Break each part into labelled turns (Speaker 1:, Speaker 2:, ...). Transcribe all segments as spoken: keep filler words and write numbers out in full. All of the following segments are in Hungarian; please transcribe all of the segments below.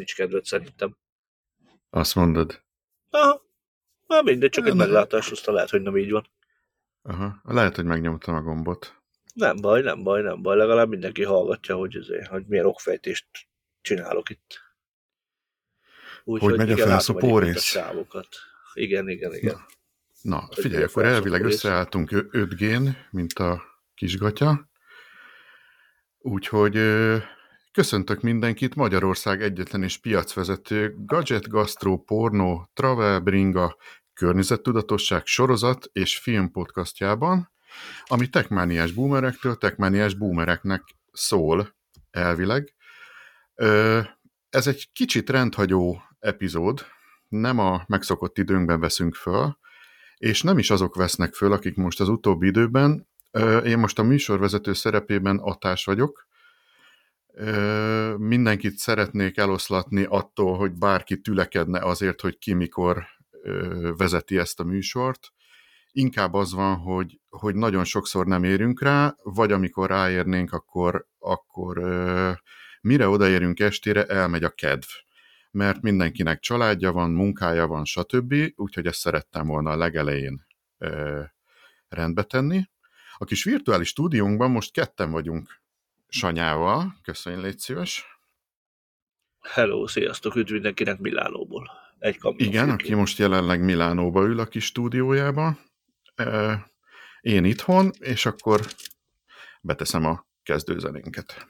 Speaker 1: nincs kedved szerintem.
Speaker 2: Azt mondod.
Speaker 1: Aha, na mindegy, csak egy
Speaker 2: Ne.
Speaker 1: meglátás, aztán lehet, hogy nem így van.
Speaker 2: Aha. Lehet, hogy megnyomtam a gombot.
Speaker 1: Nem baj, nem baj, nem baj, legalább mindenki hallgatja, hogy, azért, hogy milyen okfejtést csinálok itt. Úgy,
Speaker 2: hogy, hogy megy a felszopórész?
Speaker 1: Igen, igen, igen.
Speaker 2: Na, na figyelj, akkor elvileg összeálltunk öt gén, mint a kisgatya. Úgyhogy ö, köszöntök mindenkit, Magyarország egyetlen és piacvezető gadget, gasztró, pornó, travel, bringa, környezettudatosság, sorozat és film podcastjában, ami techmániás boomerektől techmániás boomereknek szól elvileg. Ö, ez egy kicsit rendhagyó epizód, nem a megszokott időnkben veszünk föl, és nem is azok vesznek föl, akik most az utóbbi időben, én most a műsorvezető szerepében Atás vagyok, mindenkit szeretnék eloszlatni attól, hogy bárki tülekedne azért, hogy ki mikor vezeti ezt a műsort. Inkább az van, hogy, hogy nagyon sokszor nem érünk rá, vagy amikor ráérnénk, akkor, akkor mire odaérünk estére, elmegy a kedv. Mert mindenkinek családja van, munkája van, stb. Úgyhogy ezt szerettem volna a legelején ö, rendbe tenni. A kis virtuális stúdiónkban most ketten vagyunk Sanyával. Köszönj, légy szíves.
Speaker 1: Hello, sziasztok, üdv mindenkinek Milánóból. Egy kamion
Speaker 2: Igen, aki most jelenleg Milánóba ül a kis stúdiójába. Ö, én itthon, és akkor beteszem a kezdőzenénket.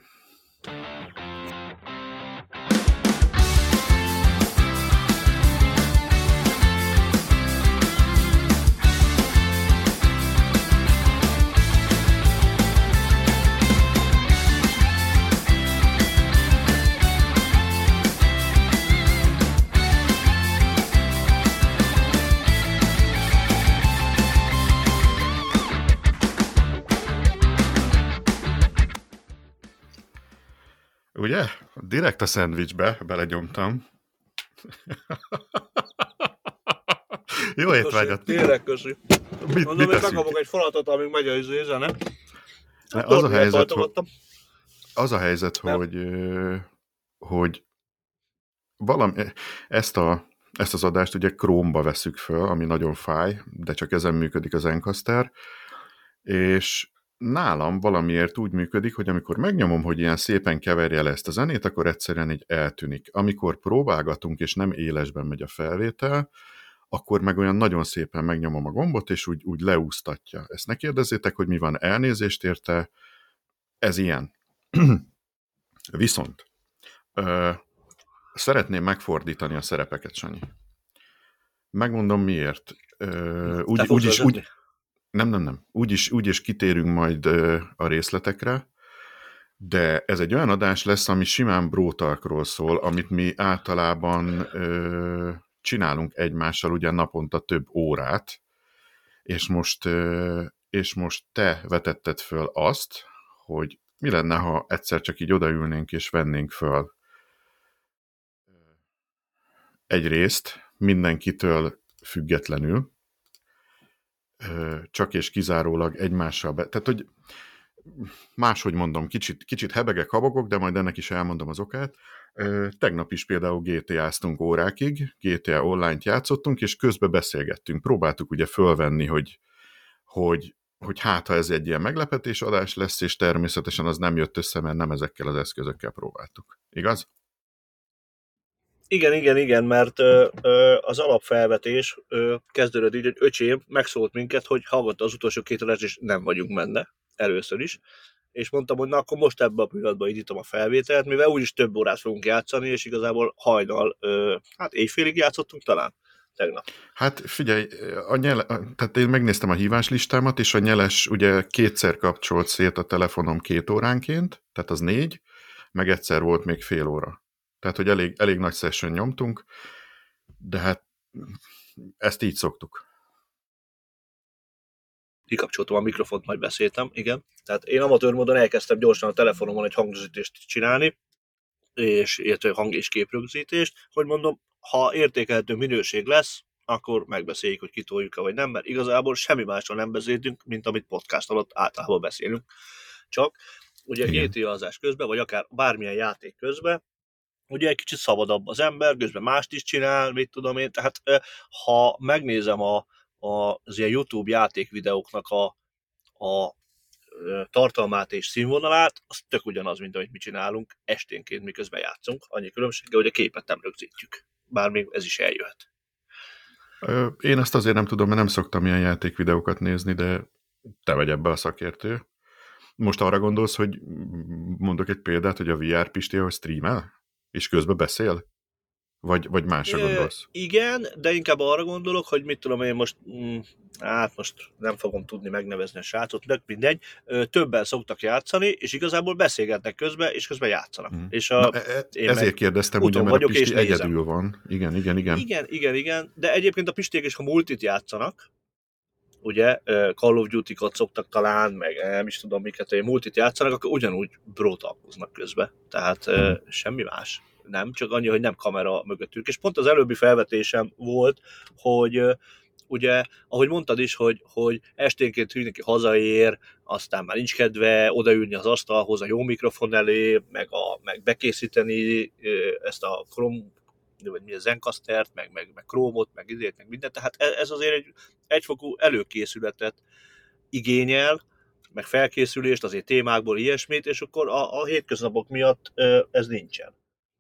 Speaker 2: Ugye? Direkt a szendvicsbe belegyomtam. Jó étvágyat!
Speaker 1: Tényleg köszi.
Speaker 2: Mit,
Speaker 1: Mondom,
Speaker 2: mit
Speaker 1: hogy megkapok egy falatot, amíg megy a izé zene.
Speaker 2: Az a helyzet, hogy, az a helyzet, hogy, hogy valami, ezt, a, ezt az adást ugye Chrome-ba veszük föl, ami nagyon fáj, de csak ezen működik az Encaster, és nálam valamiért úgy működik, hogy amikor megnyomom, hogy ilyen szépen keverje le ezt a zenét, akkor egyszerűen így eltűnik. Amikor próbálgatunk, és nem élesben megy a felvétel, akkor meg olyan nagyon szépen megnyomom a gombot, és úgy, úgy leúsztatja. Ezt ne kérdezzétek, hogy mi van, elnézést érte, ez ilyen. Viszont ö, szeretném megfordítani a szerepeket, Sanyi. Megmondom miért. Ö, úgy, úgy is, úgy, nem, nem, nem. Úgy is, úgy is kitérünk majd ö, a részletekre, de ez egy olyan adás lesz, ami simán brótalkról szól, amit mi általában ö, csinálunk egymással ugye naponta több órát, és most, ö, és most te vetetted föl azt, hogy mi lenne, ha egyszer csak így odaülnénk és vennénk föl egy részt mindenkitől függetlenül, csak és kizárólag egymással be... Tehát, hogy máshogy mondom, kicsit, kicsit hebegek, habogok, de majd ennek is elmondom az okát. Tegnap is például gé té á-ztunk órákig, gé té á online-t játszottunk, és közben beszélgettünk. Próbáltuk ugye fölvenni, hogy, hogy, hogy hát, ha ez egy ilyen meglepetés adás lesz, és természetesen az nem jött össze, mert nem ezekkel az eszközökkel próbáltuk. Igaz?
Speaker 1: Igen, igen, igen, mert ö, ö, az alapfelvetés ö, kezdődött így, hogy öcsém megszólt minket, hogy hallgatta az utolsó két adást, és nem vagyunk benne, először is. És mondtam, hogy na akkor most ebben a pillanatban indítom a felvételt, mivel úgyis több órát fogunk játszani, és igazából hajnal, ö, hát éjfélig játszottunk talán tegnap.
Speaker 2: Hát figyelj, a nyele, tehát én megnéztem a híváslistámat, és a nyeles ugye kétszer kapcsolt szét a telefonom két óránként, tehát az négy, meg egyszer volt még fél óra. Tehát, hogy elég, elég nagy session nyomtunk, de hát ezt így szoktuk.
Speaker 1: Kikapcsoltam a mikrofont, majd beszéltem, igen. Tehát én amatőr módon elkezdtem gyorsan a telefonomon egy hangrögzítést csinálni, és illetve hang- és képrögzítést, hogy mondom, ha értékelhető minőség lesz, akkor megbeszéljük, hogy kitoljuk-e vagy nem, mert igazából semmi másról nem beszéltünk, mint amit podcast alatt általában beszélünk. Csak ugye gé té á-zás közben, vagy akár bármilyen játék közben ugye egy kicsit szabadabb az ember, közben mást is csinál, mit tudom én, tehát ha megnézem a, a, az ilyen YouTube játékvideóknak a, a tartalmát és színvonalát, az tök ugyanaz, mint amit mi csinálunk esténként, miközben játszunk. Annyi különbséggel, hogy a képet nem rögzítjük. Bár még ez is eljöhet.
Speaker 2: Én ezt azért nem tudom, mert nem szoktam ilyen játékvideókat nézni, de te vagy ebbe a szakértő. Most arra gondolsz, hogy mondok egy példát, hogy a vé er Pisti, ahogy streamel, és közben beszél? Vagy, vagy másra gondolsz?
Speaker 1: Igen, de inkább arra gondolok, hogy mit tudom én most, mm, hát most nem fogom tudni megnevezni a srácot, de mindegy, többen szoktak játszani, és igazából beszélgetnek közben, és közben játszanak.
Speaker 2: Mm.
Speaker 1: És a,
Speaker 2: Na, e-
Speaker 1: én
Speaker 2: ezért
Speaker 1: meg
Speaker 2: kérdeztem, ugye, mert
Speaker 1: vagyok,
Speaker 2: a Pisti
Speaker 1: és nézem.
Speaker 2: egyedül van. Igen, igen, igen.
Speaker 1: Igen, igen, igen, de egyébként a Pistiek is, ha multit játszanak, ugye, Call of Duty-kat szoktak talán, meg nem is tudom miket, hogy multit játszanak, akkor ugyanúgy brótalkoznak közben. Tehát mm. semmi más. Nem, csak annyi, hogy nem kamera mögöttük. És pont az előbbi felvetésem volt, hogy ugye, ahogy mondtad is, hogy, hogy esténként mindenki hazaér, aztán már nincs kedve odaülni az asztalhoz a jó mikrofon elé, meg, a, meg bekészíteni ezt a Chrome, vagy mi a Zencastert, meg, meg, meg Chrome-ot, meg izét, meg mindent. Tehát ez azért egy egyfokú előkészületet igényel, meg felkészülést, azért témákból ilyesmit, és akkor a, a hétköznapok miatt ez nincsen.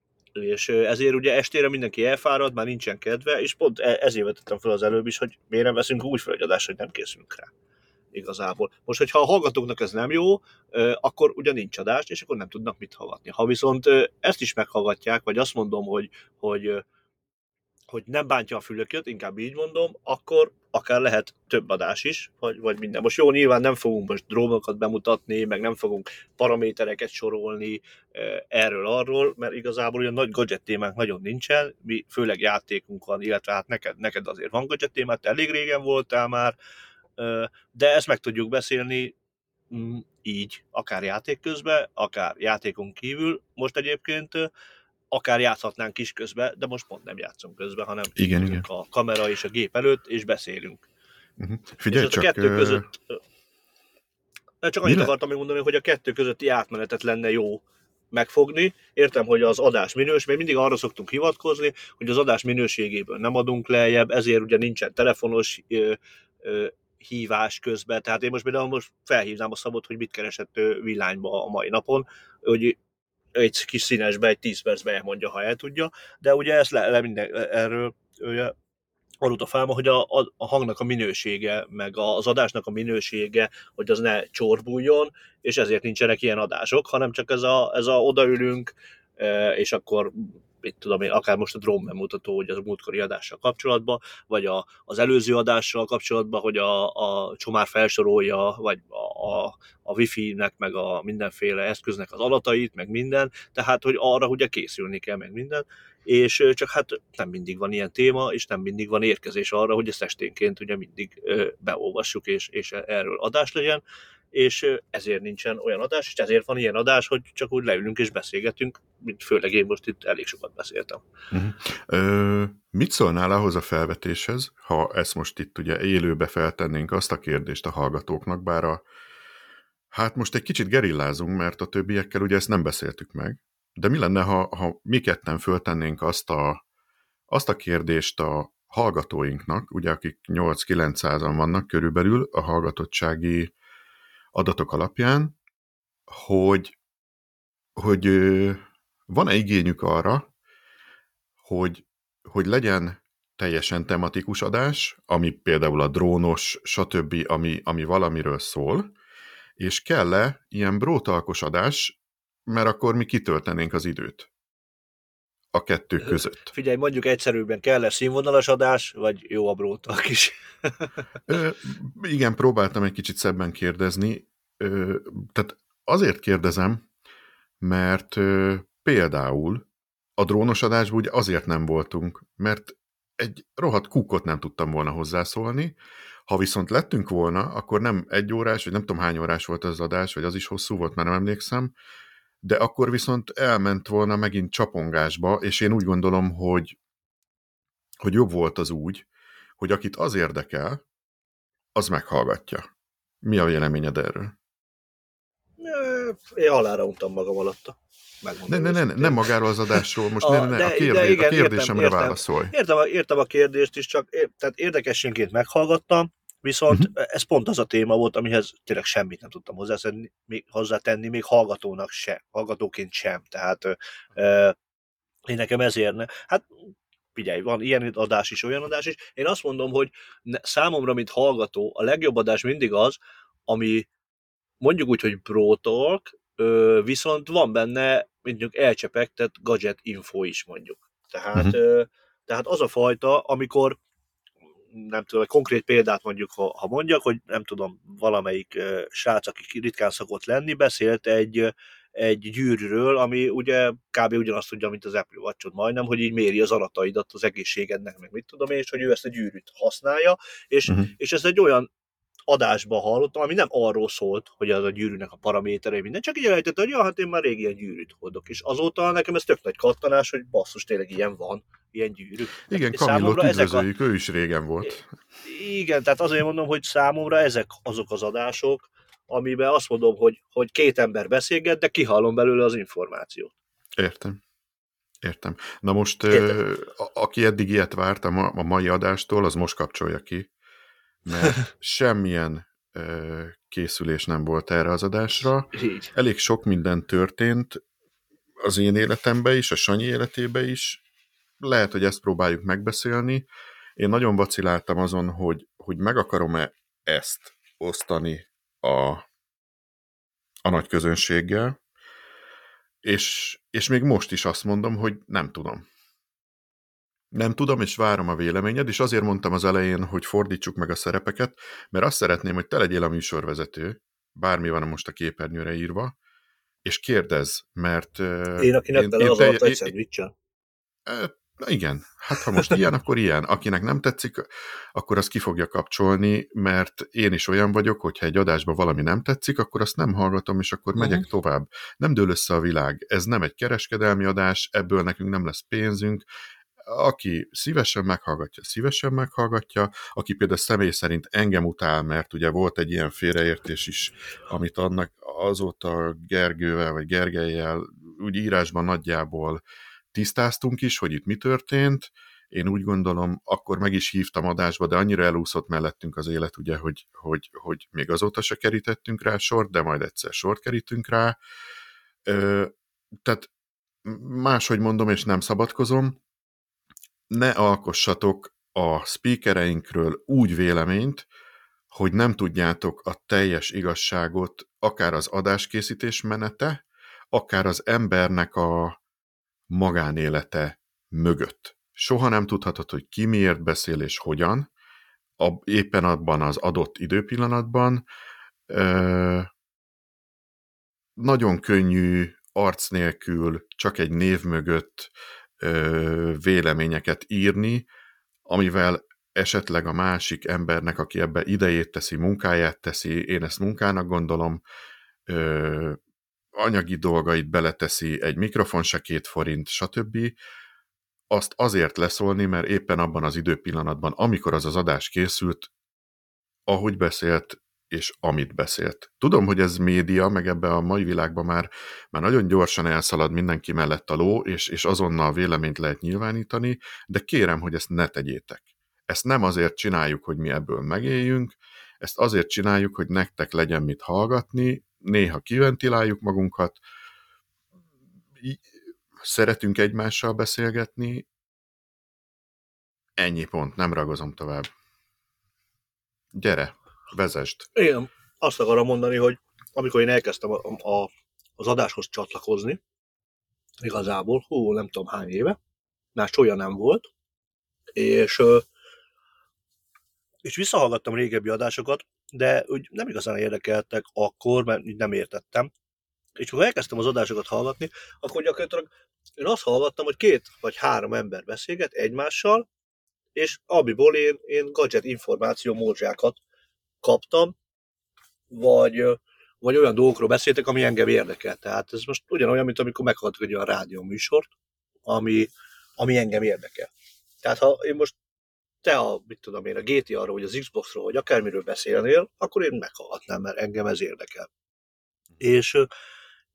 Speaker 1: És ezért ugye estére mindenki elfárad, már nincsen kedve, és pont ezért vetettem fel az előbb is, hogy miért nem veszünk úgy fel egy adást, hogy nem készülünk rá. Igazából. Most, hogyha a hallgatóknak ez nem jó, akkor ugye nincs adás, és akkor nem tudnak mit hallgatni. Ha viszont ezt is meghallgatják, vagy azt mondom, hogy, hogy hogy nem bántja a fülököt, inkább így mondom, akkor akár lehet több adás is, vagy, vagy minden. Most jó, nyilván nem fogunk most drónokat bemutatni, meg nem fogunk paramétereket sorolni erről-arról, mert igazából olyan nagy gadget témánk nagyon nincsen, mi főleg játékunk van, illetve hát neked, neked azért van gadget témát, elég régen voltál már, de ezt meg tudjuk beszélni így, akár játék közben, akár játékon kívül. Most egyébként akár játszhatnánk is közben, de most pont nem játszunk közben, hanem
Speaker 2: igen, igen.
Speaker 1: a kamera és a gép előtt, és beszélünk.
Speaker 2: Uh-huh. Figyelj és csak...
Speaker 1: a kettő között... Csak annyit akartam még mondani, hogy a kettő közötti átmenetet lenne jó megfogni. Értem, hogy az adás minőség, mert mindig arra szoktunk hivatkozni, hogy az adás minőségéből nem adunk lejjebb, ezért ugye nincsen telefonos ö, ö, hívás közben. Tehát én most például most felhívnám a Szabot, hogy mit keresett villányba a mai napon, hogy egy kis színesbe, egy tíz percben elmondja, ha el tudja, de ugye ezt le, le minden, erről ugye, arról a fáma, hogy a, a, a hangnak a minősége, meg az adásnak a minősége, hogy az ne csorbuljon, és ezért nincsenek ilyen adások, hanem csak ez a, ez a odaülünk, és akkor mit tudom én, akár most a drone bemutató, hogy az a múltkori adással kapcsolatban, vagy a, az előző adással kapcsolatban, hogy a, a csomár felsorolja, vagy a, a, a wifi-nek, meg a mindenféle eszköznek az adatait, meg minden, tehát, hogy arra ugye készülni kell, meg minden, és csak hát nem mindig van ilyen téma, és nem mindig van érkezés arra, hogy ezt esténként ugye mindig beolvassuk, és, és erről adás legyen, és ezért nincsen olyan adás, és ezért van ilyen adás, hogy csak úgy leülünk és beszélgetünk, mint főleg én most itt elég sokat beszéltem.
Speaker 2: Uh-huh. Ö, mit szólnál ahhoz a felvetéshez, ha ezt most itt ugye élőbe feltennénk azt a kérdést a hallgatóknak, bár a, hát most egy kicsit gerillázunk, mert a többiekkel ugye ezt nem beszéltük meg, de mi lenne, ha, ha mi ketten föltennénk azt a, azt a kérdést a hallgatóinknak, ugye akik nyolc-kilencszázan vannak körülbelül a hallgatottsági adatok alapján, hogy, hogy van-e igényük arra, hogy, hogy legyen teljesen tematikus adás, ami például a drónos, stb., ami, ami valamiről szól, és kell-e ilyen brótalkos adás, mert akkor mi kitöltenénk az időt a kettő között.
Speaker 1: Figyelj, mondjuk egyszerűbben kell-e színvonalas adás, vagy jó a brótalk is?
Speaker 2: Ö, igen, próbáltam egy kicsit szebben kérdezni. Ö, tehát azért kérdezem, mert ö, például a drónos adásban ugye azért nem voltunk, mert egy rohadt kúkot nem tudtam volna hozzászólni. Ha viszont lettünk volna, akkor nem egy órás, vagy nem tudom hány órás volt az adás, vagy az is hosszú volt, már nem emlékszem, de akkor viszont elment volna megint csapongásba, és én úgy gondolom, hogy, hogy jobb volt az úgy, hogy akit az érdekel, az meghallgatja. Mi a véleményed erről?
Speaker 1: Én halára untam magam alatta.
Speaker 2: Ne, ne, ne, nem magáról az adásról, most ne,
Speaker 1: a,
Speaker 2: ne, ne,
Speaker 1: de,
Speaker 2: a, kérdé,
Speaker 1: de igen,
Speaker 2: a kérdésemre
Speaker 1: értem, értem,
Speaker 2: válaszolj.
Speaker 1: értem, a, értem a kérdést is, csak tehát érdekességként meghallgattam, viszont uh-huh. ez pont az a téma volt, amihez tényleg semmit nem tudtam hozzátenni, még, hozzátenni, még hallgatónak sem, hallgatóként sem. Tehát euh, én nekem ezért ne. Hát figyelj, van ilyen adás is, olyan adás is. Én azt mondom, hogy ne, számomra, mint hallgató, a legjobb adás mindig az, ami mondjuk úgy, hogy Bro Talk, viszont van benne mondjuk elcsepegtett gadget info is mondjuk. Tehát, uh-huh. tehát az a fajta, amikor nem tudom, egy konkrét példát mondjuk, ha, ha mondjak, hogy nem tudom, valamelyik uh, srác, aki ritkán szokott lenni, beszélt egy, egy gyűrűről, ami ugye kb. Ugyanazt tudja, mint az Apple Watch-od majdnem, hogy így méri az adataidat, az egészségednek, meg mit tudom én, és hogy ő ezt a gyűrűt használja, és, uh-huh. és ez egy olyan adásban hallottam, ami nem arról szólt, hogy az a gyűrűnek a paraméterei minden, csak így elejtett, hogy ja, hát én már rég ilyen gyűrűt hordok, és azóta nekem ez tök nagy kattanás, hogy basszus, tényleg ilyen van, ilyen gyűrű.
Speaker 2: Igen, Kamillót üdvözöljük, a... ő is régen volt.
Speaker 1: Igen, tehát azért mondom, hogy számomra ezek azok az adások, amiben azt mondom, hogy, hogy két ember beszélget, de kihallom belőle az információt.
Speaker 2: Értem. Értem. Na most, ö, aki eddig ilyet várt a, a mai adástól, az most kapcsolja ki, mert semmilyen ö, készülés nem volt erre az adásra.
Speaker 1: Így.
Speaker 2: Elég sok minden történt az én életemben is, a Sanyi életében is. Lehet, hogy ezt próbáljuk megbeszélni. Én nagyon vaciláltam azon, hogy, hogy meg akarom-e ezt osztani a, a nagy közönséggel, és, és még most is azt mondom, hogy nem tudom. Nem tudom, és várom a véleményed, és azért mondtam az elején, hogy fordítsuk meg a szerepeket, mert azt szeretném, hogy te legyél a műsorvezető, bármi van most a képernyőre írva, és kérdezz, mert...
Speaker 1: Én, akinek
Speaker 2: én,
Speaker 1: bele
Speaker 2: én
Speaker 1: az
Speaker 2: te,
Speaker 1: alatt egy szendvicsen.
Speaker 2: Igen, hát ha most ilyen, akkor ilyen. Akinek nem tetszik, akkor azt ki fogja kapcsolni, mert én is olyan vagyok, hogyha egy adásban valami nem tetszik, akkor azt nem hallgatom, és akkor megyek uh-huh. tovább. Nem dől össze a világ. Ez nem egy kereskedelmi adás, ebből nekünk nem lesz pénzünk. Aki szívesen meghallgatja, szívesen meghallgatja, aki például személy szerint engem utál, mert ugye volt egy ilyen félreértés is, amit annak azóta Gergővel, vagy Gergellyel úgy írásban nagyjából tisztáztunk is, hogy itt mi történt. Én úgy gondolom, akkor meg is hívtam adásba, de annyira elúszott mellettünk az élet, ugye, hogy, hogy, hogy még azóta se kerítettünk rá sort, de majd egyszer sort kerítünk rá. Ö, tehát máshogy mondom, és nem szabadkozom, ne alkossatok a speakereinkről úgy véleményt, hogy nem tudjátok a teljes igazságot, akár az adáskészítés menete, akár az embernek a magánélete mögött. Soha nem tudhatod, hogy ki miért beszél és hogyan, a, éppen abban az adott időpillanatban. Ö, nagyon könnyű arc nélkül csak egy név mögött ö, véleményeket írni, amivel esetleg a másik embernek, aki ebbe idejét teszi, munkáját teszi, én ezt munkának gondolom, ö, anyagi dolgait beleteszi, egy mikrofon se két forint, stb. Azt azért leszólni, mert éppen abban az időpillanatban, amikor az az adás készült, ahogy beszélt, és amit beszélt. Tudom, hogy ez média, meg ebbe a mai világban már, már nagyon gyorsan elszalad mindenki mellett a ló, és, és azonnal véleményt lehet nyilvánítani, de kérem, hogy ezt ne tegyétek. Ezt nem azért csináljuk, hogy mi ebből megéljünk, ezt azért csináljuk, hogy nektek legyen mit hallgatni, néha kiventiláljuk magunkat, szeretünk egymással beszélgetni, ennyi pont, nem ragozom tovább. Gyere, vezesd.
Speaker 1: Én azt akarom mondani, hogy amikor én elkezdtem a, a, az adáshoz csatlakozni, igazából, hú, nem tudom hány éve, más olyan nem volt, és, és visszahallgattam régebbi adásokat, de úgy nem igazán érdekeltek akkor, mert nem értettem. És amikor elkezdtem az adásokat hallgatni, akkor gyakorlatilag én azt hallgattam, hogy két vagy három ember beszélget egymással, és amiból én, én gadget információ morzsákat kaptam, vagy, vagy olyan dolgokról beszéltek, ami engem érdekel. Tehát ez most ugyanolyan, mint amikor meghallgatok egy olyan rádióműsort, ami, ami engem érdekel. Tehát ha én most te a, mit tudom én, a gé té á-ról, vagy az Xboxról, vagy akármiről beszélnél, akkor én meghallgatnám, mert engem ez érdekel. És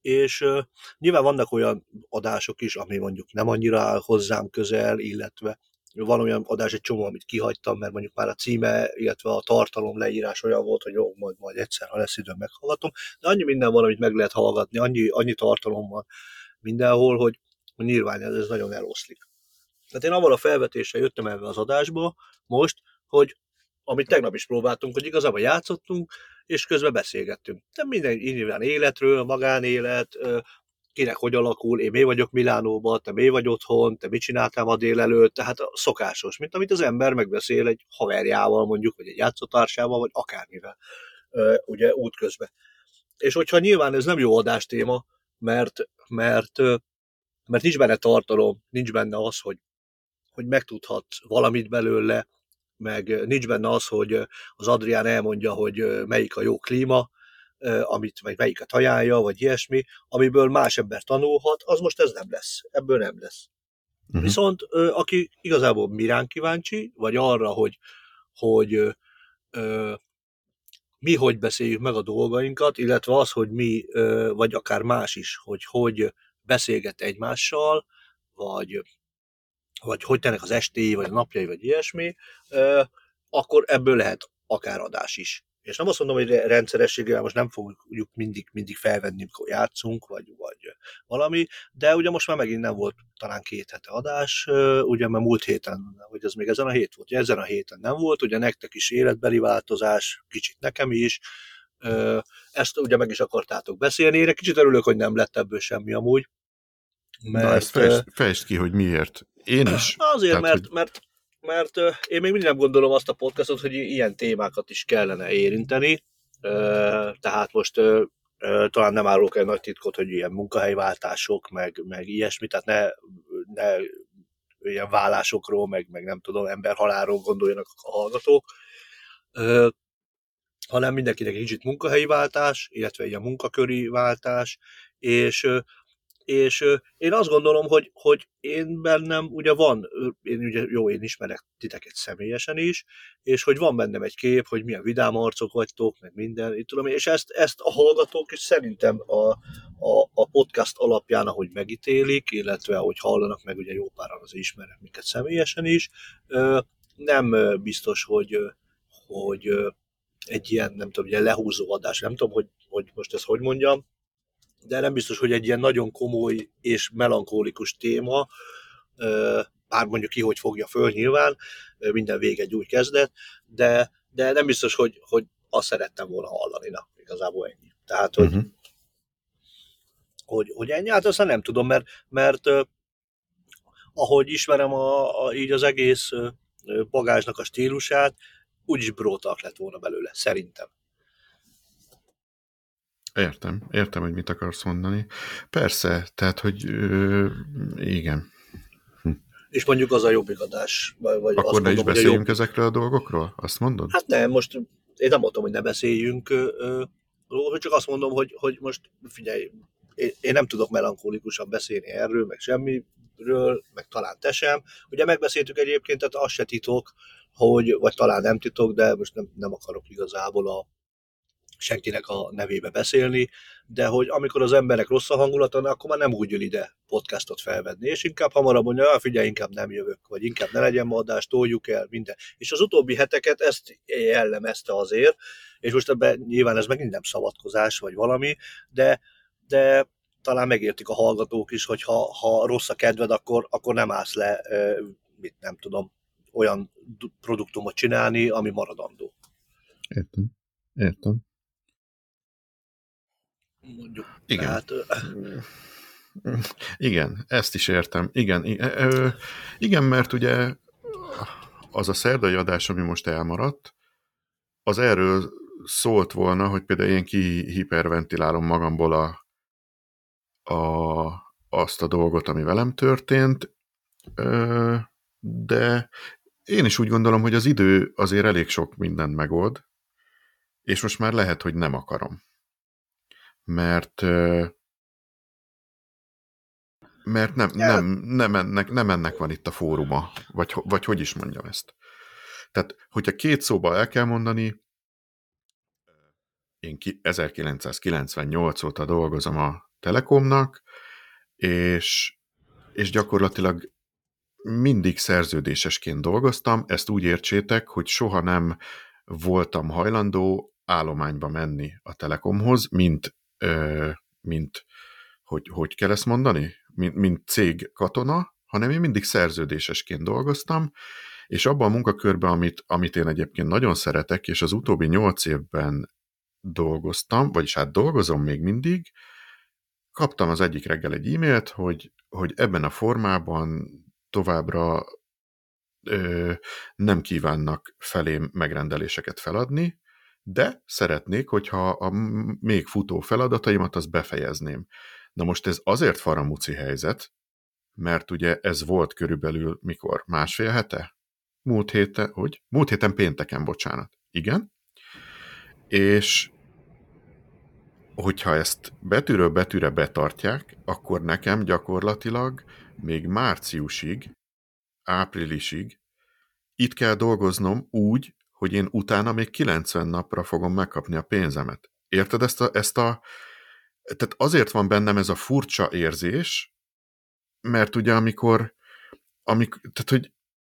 Speaker 1: és uh, nyilván vannak olyan adások is, ami mondjuk nem annyira áll hozzám közel, illetve van olyan adás egy csomó, amit kihagytam, mert mondjuk már a címe, illetve a tartalom leírás olyan volt, hogy jó, majd, majd egyszer, ha lesz időm, meghallgatom, de annyi minden van, amit meg lehet hallgatni, annyi, annyi tartalom van mindenhol, hogy nyilván ez, ez nagyon eloszlik. Tehát én avval a felvetéssel jöttem ebbe az adásba most, hogy amit tegnap is próbáltunk, hogy igazából játszottunk, és közben beszélgettünk. De minden nyilván életről, magánélet, kinek hogy alakul, én mi vagyok Milánóban, te mi vagy otthon, te mit csináltál ma délelőtt, tehát a szokásos, mint amit az ember megbeszél egy haverjával mondjuk, vagy egy játszótársával, vagy akármivel, ugye útközben. És hogyha nyilván ez nem jó adástéma, mert, mert, mert nincs benne tartalom, nincs benne az, hogy, hogy megtudhatsz valamit belőle, meg nincs benne az, hogy az Adrián elmondja, hogy melyik a jó klíma, amit, vagy melyiket ajánlja, vagy ilyesmi, amiből más ember tanulhat, az most ez nem lesz. Ebből nem lesz. Uh-huh. Viszont aki igazából mirán kíváncsi, vagy arra, hogy, hogy ö, mi hogy beszéljük meg a dolgainkat, illetve az, hogy mi, ö, vagy akár más is, hogy hogy beszélget egymással, vagy vagy hogy tennek az estéi, vagy a napjai, vagy ilyesmi, akkor ebből lehet akár adás is. És nem azt mondom, hogy rendszerességgel most nem fogjuk mindig, mindig felvenni, amikor játszunk, vagy, vagy valami, de ugye most már megint nem volt talán két hete adás, ugye mert múlt héten, vagy ez még ezen a hét volt, ugye ezen a héten nem volt, ugye nektek is életbeli változás, kicsit nekem is, ezt ugye meg is akartátok beszélni, én kicsit örülök, hogy nem lett ebből semmi amúgy.
Speaker 2: Mert, Na ezt fejtsd, fejtsd ki, hogy miért. Én is.
Speaker 1: Azért, tehát, mert, hogy... mert, mert, mert én még mindig nem gondolom azt a podcastot, hogy ilyen témákat is kellene érinteni. Tehát most talán nem árulok el nagy titkot, hogy ilyen munkahelyváltások, meg, meg ilyesmi, tehát ne, ne ilyen vállásokról, meg, meg nem tudom, emberhalálról gondoljanak a hallgatók, hanem mindenkinek egy kicsit munkahelyi váltás, illetve ilyen munkaköri váltás, és és én azt gondolom, hogy, hogy én bennem ugye van, én ugye, jó, én ismerek titeket személyesen is, és hogy van bennem egy kép, hogy milyen vidám arcok vagytok, meg minden, itt tudom, és ezt, ezt a hallgatók is szerintem a, a, a podcast alapján, ahogy megítélik, illetve ahogy hallanak meg, ugye jó páran az ismerek minket személyesen is, nem biztos, hogy, hogy egy ilyen, nem tudom, ilyen lehúzó adás, nem tudom, hogy, hogy most ezt hogy mondjam, de nem biztos, hogy egy ilyen nagyon komoly és melankólikus téma, bár mondjuk ki, hogy fogja föl nyilván, minden vége egy új kezdet, de, de nem biztos, hogy, hogy azt szerettem volna hallani, na, igazából ennyi. Tehát, hogy, uh-huh. hogy, hogy ennyi, hát aztán nem tudom, mert, mert ahogy ismerem a, a, így az egész bagázsnak a stílusát, úgyis brótak lett volna belőle, szerintem.
Speaker 2: Értem, értem, hogy mit akarsz mondani. Persze, tehát, hogy ö, igen.
Speaker 1: Hm. És mondjuk az a jobbik adás. Vagy
Speaker 2: Akkor ne is beszéljünk jobb... ezekről a dolgokról? Azt mondod?
Speaker 1: Hát nem, most én nem mondom, hogy ne beszéljünk, hogy csak azt mondom, hogy, hogy most figyelj, én, én nem tudok melankólikusan beszélni erről, meg semmiről, meg talán te sem. Ugye megbeszéltük egyébként, tehát az se titok, hogy, vagy talán nem titok, de most nem, nem akarok igazából a senkinek a nevébe beszélni, de hogy amikor az emberek rossz a hangulata, akkor már nem úgy jön ide podcastot felvenni, és inkább hamarabb mondja, figyelj, inkább nem jövök, vagy inkább ne legyen ma adás, toljuk el, minden. És az utóbbi heteket ezt jellemezte azért, és most ebben nyilván ez megint nem szavatkozás, vagy valami, de, de talán megértik a hallgatók is, hogy ha, ha rossz a kedved, akkor, akkor nem állsz le, mit nem tudom, olyan produktumot csinálni, ami maradandó.
Speaker 2: Értem. Értem.
Speaker 1: Mondjuk.
Speaker 2: Igen.
Speaker 1: Tehát,
Speaker 2: igen, ezt is értem. Igen, igen, mert ugye az a szerdai adás, ami most elmaradt, az erről szólt volna, hogy például én kihiperventilálom magamból a, a, azt a dolgot, ami velem történt, de én is úgy gondolom, hogy az idő azért elég sok mindent megold, és most már lehet, hogy nem akarom. Mert mert nem, nem, nem, ennek, nem ennek van itt a fóruma, vagy, vagy hogy is mondjam ezt. Tehát, hogyha két szóba el kell mondani, én ezerkilencszázkilencvennyolc óta dolgozom a Telekomnak, és, és gyakorlatilag mindig szerződésesként dolgoztam, ezt úgy értsétek, hogy soha nem voltam hajlandó állományba menni a Telekomhoz, mint, ö, mint hogy, hogy kell ezt mondani? Mint, mint cég katona, hanem én mindig szerződésesként dolgoztam, és abban a munkakörben, amit, amit én egyébként nagyon szeretek, és az utóbbi nyolc évben dolgoztam, vagyis hát dolgozom még mindig, kaptam az egyik reggel egy e-mailt, hogy, hogy ebben a formában továbbra ö, nem kívánnak felém megrendeléseket feladni, de szeretnék, hogyha a még futó feladataimat azt befejezném. Na most ez azért faramúci helyzet, mert ugye ez volt körülbelül mikor? Másfél hete? Múlt héten, hogy? Múlt héten pénteken, bocsánat. Igen. És hogyha ezt betűről betűre betartják, akkor nekem gyakorlatilag még márciusig, áprilisig itt kell dolgoznom úgy, hogy én utána még kilencven napra fogom megkapni a pénzemet. Érted ezt a, ezt a... Tehát azért van bennem ez a furcsa érzés, mert ugye amikor, amikor tehát hogy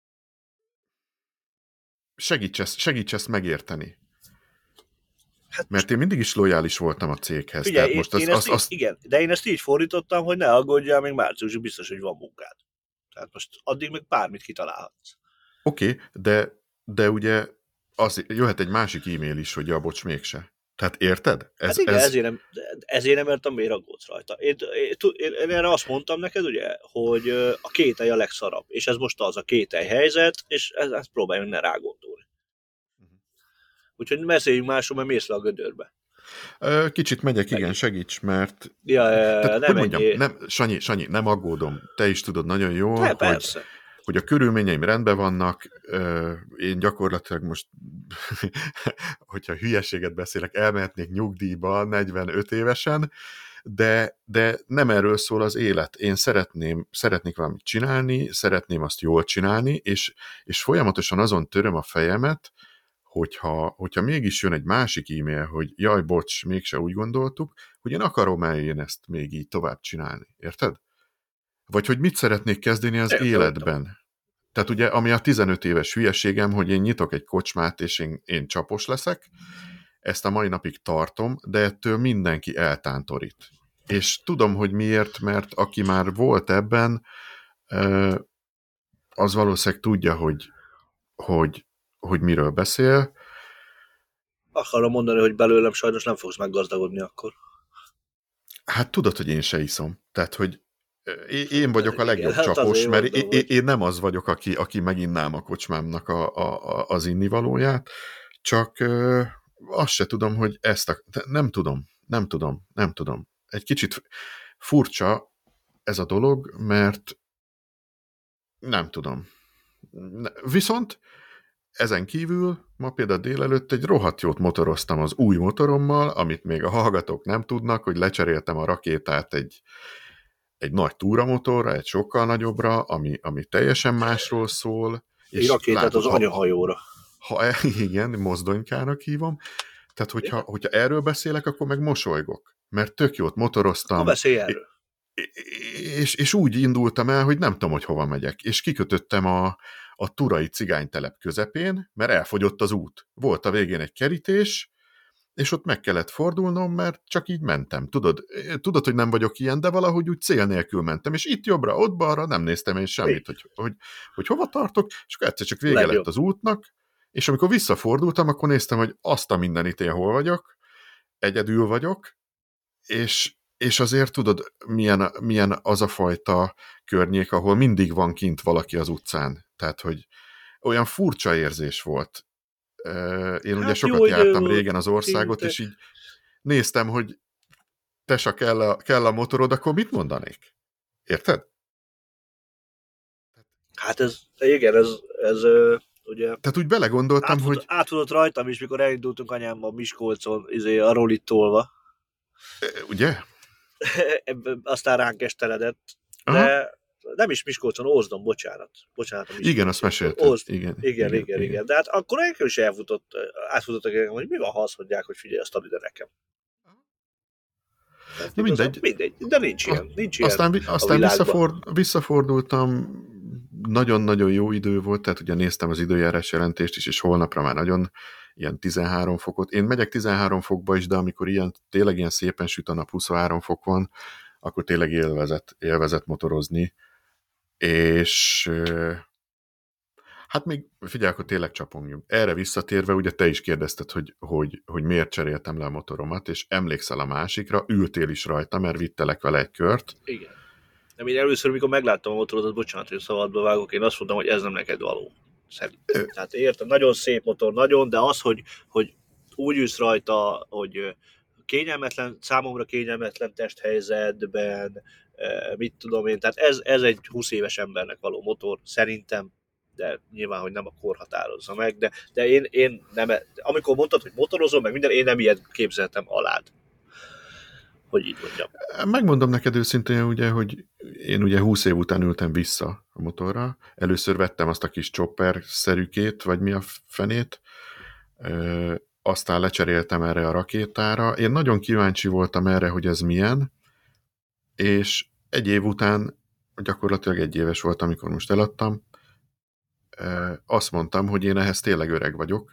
Speaker 2: segíts ezt, segíts ezt megérteni. Hát mert én mindig is lojális voltam a céghez.
Speaker 1: Figyelj,
Speaker 2: tehát most
Speaker 1: én,
Speaker 2: az,
Speaker 1: én
Speaker 2: az,
Speaker 1: ezt
Speaker 2: az,
Speaker 1: így, igen, de én ezt így fordítottam, hogy ne aggódjál, még márciusig biztos, hogy van munkád. Tehát most addig meg bármit kitalálhatsz.
Speaker 2: Oké, okay, de, de ugye az, jöhet egy másik e-mail is, hogy ja, bocs, mégse. Tehát érted?
Speaker 1: Ez, hát igen, ez... Ezért, nem, ezért nem értem, miért aggódsz rajta. Én, én, én, én erre azt mondtam neked, ugye, hogy a kételj a legszarabb, és ez most az a kételj helyzet, és ezt, ezt próbáljunk ne rágondolni. Uh-huh. Úgyhogy beszéljünk másról, mert mész le a gödörbe.
Speaker 2: Kicsit megyek, igen, segíts, mert...
Speaker 1: Ja,
Speaker 2: tehát,
Speaker 1: nem
Speaker 2: hogy mondjam, nem, Sanyi, Sanyi, nem aggódom. Te is tudod nagyon jól,
Speaker 1: ne,
Speaker 2: hogy,
Speaker 1: persze.
Speaker 2: hogy a körülményeim rendben vannak. Én gyakorlatilag most, hogyha hülyeséget beszélek, elmehetnék nyugdíjba negyvenöt évesen, de, de nem erről szól az élet. Én szeretném, szeretnék valamit csinálni, szeretném azt jól csinálni, és, és folyamatosan azon töröm a fejemet, hogyha, hogyha mégis jön egy másik e-mail, hogy jaj, bocs, mégse úgy gondoltuk, hogy én akarom-e én ezt még így tovább csinálni. Érted? Vagy hogy mit szeretnék kezdeni az
Speaker 1: Értem,
Speaker 2: életben.
Speaker 1: értem.
Speaker 2: Tehát ugye, ami a tizenöt éves hülyeségem, hogy én nyitok egy kocsmát, és én, én csapos leszek, ezt a mai napig tartom, de ettől mindenki eltántorít. És tudom, hogy miért, mert aki már volt ebben, az valószínűleg tudja, hogy, hogy, hogy miről beszél.
Speaker 1: Akarom mondani, hogy belőlem sajnos nem fogsz meggazdagodni akkor.
Speaker 2: Hát tudod, hogy én se iszom. Tehát, hogy én vagyok a legjobb
Speaker 1: igen,
Speaker 2: csapos,
Speaker 1: hát
Speaker 2: mert
Speaker 1: mondom,
Speaker 2: én, hogy... én nem az vagyok, aki, aki meginnám a kocsmámnak a, a, az innivalóját, csak ö, azt se tudom, hogy ezt a... Nem tudom, nem tudom, nem tudom. Egy kicsit furcsa ez a dolog, mert nem tudom. Viszont ezen kívül ma például délelőtt egy rohadt jót motoroztam az új motorommal, amit még a hallgatók nem tudnak, hogy lecseréltem a rakétát egy, egy nagy túramotorra, egy sokkal nagyobbra, ami, ami teljesen másról szól.
Speaker 1: Egy rakétát látod, az ha, anyahajóra.
Speaker 2: Ha, igen, mozdonykának hívom. Tehát, hogyha, hogyha erről beszélek, akkor meg mosolygok. Mert tök jót motoroztam.
Speaker 1: Akkor beszélj erről.
Speaker 2: És, és úgy indultam el, hogy nem tudom, hogy hova megyek. És kikötöttem a, a turai cigánytelep közepén, mert elfogyott az út. Volt a végén egy kerítés, és ott meg kellett fordulnom, mert csak így mentem. Tudod, tudod, hogy nem vagyok ilyen, de valahogy úgy cél nélkül mentem, és itt jobbra, ott balra nem néztem én semmit, hogy, hogy, hogy hova tartok, és akkor egyszer csak vége Legjobb. lett az útnak, és amikor visszafordultam, akkor néztem, hogy azt a mindenit én hol vagyok, egyedül vagyok, és És azért tudod, milyen, milyen az a fajta környék, ahol mindig van kint valaki az utcán. Tehát, hogy olyan furcsa érzés volt. Én hát ugye sokat jártam régen az országot, kint. És így néztem, hogy tesa kell a, kell a motorod, akkor mit mondanék? Érted?
Speaker 1: Hát ez, igen, ez, ez ugye...
Speaker 2: Tehát úgy belegondoltam,
Speaker 1: átfut,
Speaker 2: hogy...
Speaker 1: Átfutott rajtam is, mikor elindultunk anyámmal Miskolcon, izé, a rolit tolva.
Speaker 2: Ugye?
Speaker 1: Aztán ránk esteledett, de Aha. nem is Miskolcon, Ózdon, bocsánat. bocsánat
Speaker 2: igen, azt mesélted.
Speaker 1: Ózd, igen, igen, igen, igen, igen, igen. De hát akkor nekem is elfutott, átfutottak engem, hogy mi van, ha azt mondják, hogy figyelj, azt add ide nekem. Mert
Speaker 2: Na
Speaker 1: igazán
Speaker 2: mindegy.
Speaker 1: mindegy, de nincs
Speaker 2: A,
Speaker 1: ilyen, nincs ilyen
Speaker 2: aztán
Speaker 1: a
Speaker 2: aztán
Speaker 1: világban.
Speaker 2: visszaford, visszafordultam, nagyon-nagyon jó idő volt, tehát ugye néztem az időjárás jelentést is, és holnapra már nagyon ilyen tizenhárom fokot. Én megyek tizenhárom fokba is, de amikor ilyen, tényleg ilyen szépen süt a nap, huszonhárom fok van, akkor tényleg élvezet, élvezet motorozni. És hát még figyelj, akkor tényleg csapongjunk. Erre visszatérve, ugye te is kérdezted, hogy, hogy, hogy miért cseréltem le a motoromat, és emlékszel a másikra, ültél is rajta, mert vittelek vele egy kört.
Speaker 1: Igen. De én először, amikor megláttam a motorodat, bocsánat, hogy szabadba vágok, én azt mondtam, hogy ez nem neked való. Szerintem. Tehát értem, nagyon szép motor, nagyon, de az, hogy, hogy úgy ülsz rajta, hogy kényelmetlen, számomra kényelmetlen testhelyzetben, mit tudom én, tehát ez, ez egy húsz éves embernek való motor, szerintem, de nyilván, hogy nem a kor határozza meg, de, de én, én nem, amikor mondtad, hogy motorozom, meg minden, én nem ilyet képzeltem alád. Hogy így mondjam.
Speaker 2: Megmondom neked őszintén, ugye, hogy én ugye húsz év után ültem vissza a motorra. Először vettem azt a kis chopper-szerűkét, vagy mi a fenét, Ö, aztán lecseréltem erre a rakétára. Én nagyon kíváncsi voltam erre, hogy ez milyen, és egy év után, gyakorlatilag egy éves volt, amikor most eladtam, ö, azt mondtam, hogy én ehhez tényleg öreg vagyok,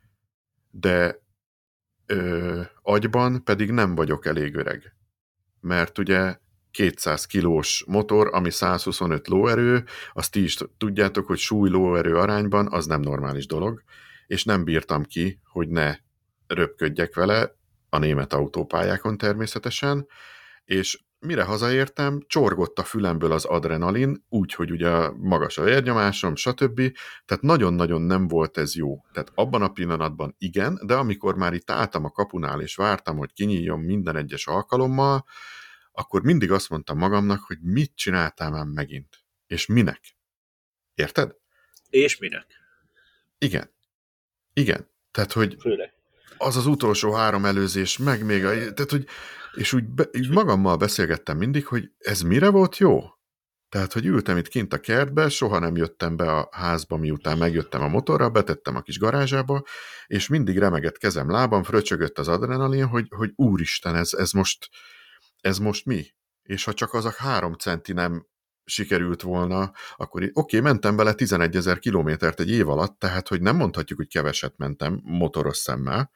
Speaker 2: de ö, agyban pedig nem vagyok elég öreg. Mert ugye kétszáz kilós motor, ami száz huszonöt lóerő, azt ti is tudjátok, hogy súly-lóerő arányban az nem normális dolog, és nem bírtam ki, hogy ne röpködjek vele, a német autópályákon természetesen, és mire hazaértem, csorgott a fülemből az adrenalin, úgyhogy ugye magas a vérnyomásom, stb. Tehát nagyon-nagyon nem volt ez jó. Tehát abban a pillanatban igen, de amikor már itt álltam a kapunál, és vártam, hogy kinyíljon minden egyes alkalommal, akkor mindig azt mondtam magamnak, hogy mit csináltál már megint? És minek? Érted?
Speaker 1: És minek?
Speaker 2: Igen. Igen. Tehát, hogy
Speaker 1: Főleg.
Speaker 2: az az utolsó három előzés, meg még a... Tehát, hogy, és úgy, be, úgy magammal beszélgettem mindig, hogy ez mire volt jó? Tehát, hogy ültem itt kint a kertbe, soha nem jöttem be a házba, miután megjöttem a motorra, betettem a kis garázsába, és mindig remegett kezem, lábam, fröcsögött az adrenalin, hogy, hogy úristen, ez, ez most ez most mi? És ha csak az a három centi nem sikerült volna, akkor oké, okay, mentem bele tizenegyezer kilométert egy év alatt, tehát hogy nem mondhatjuk, hogy keveset mentem motoros szemmel,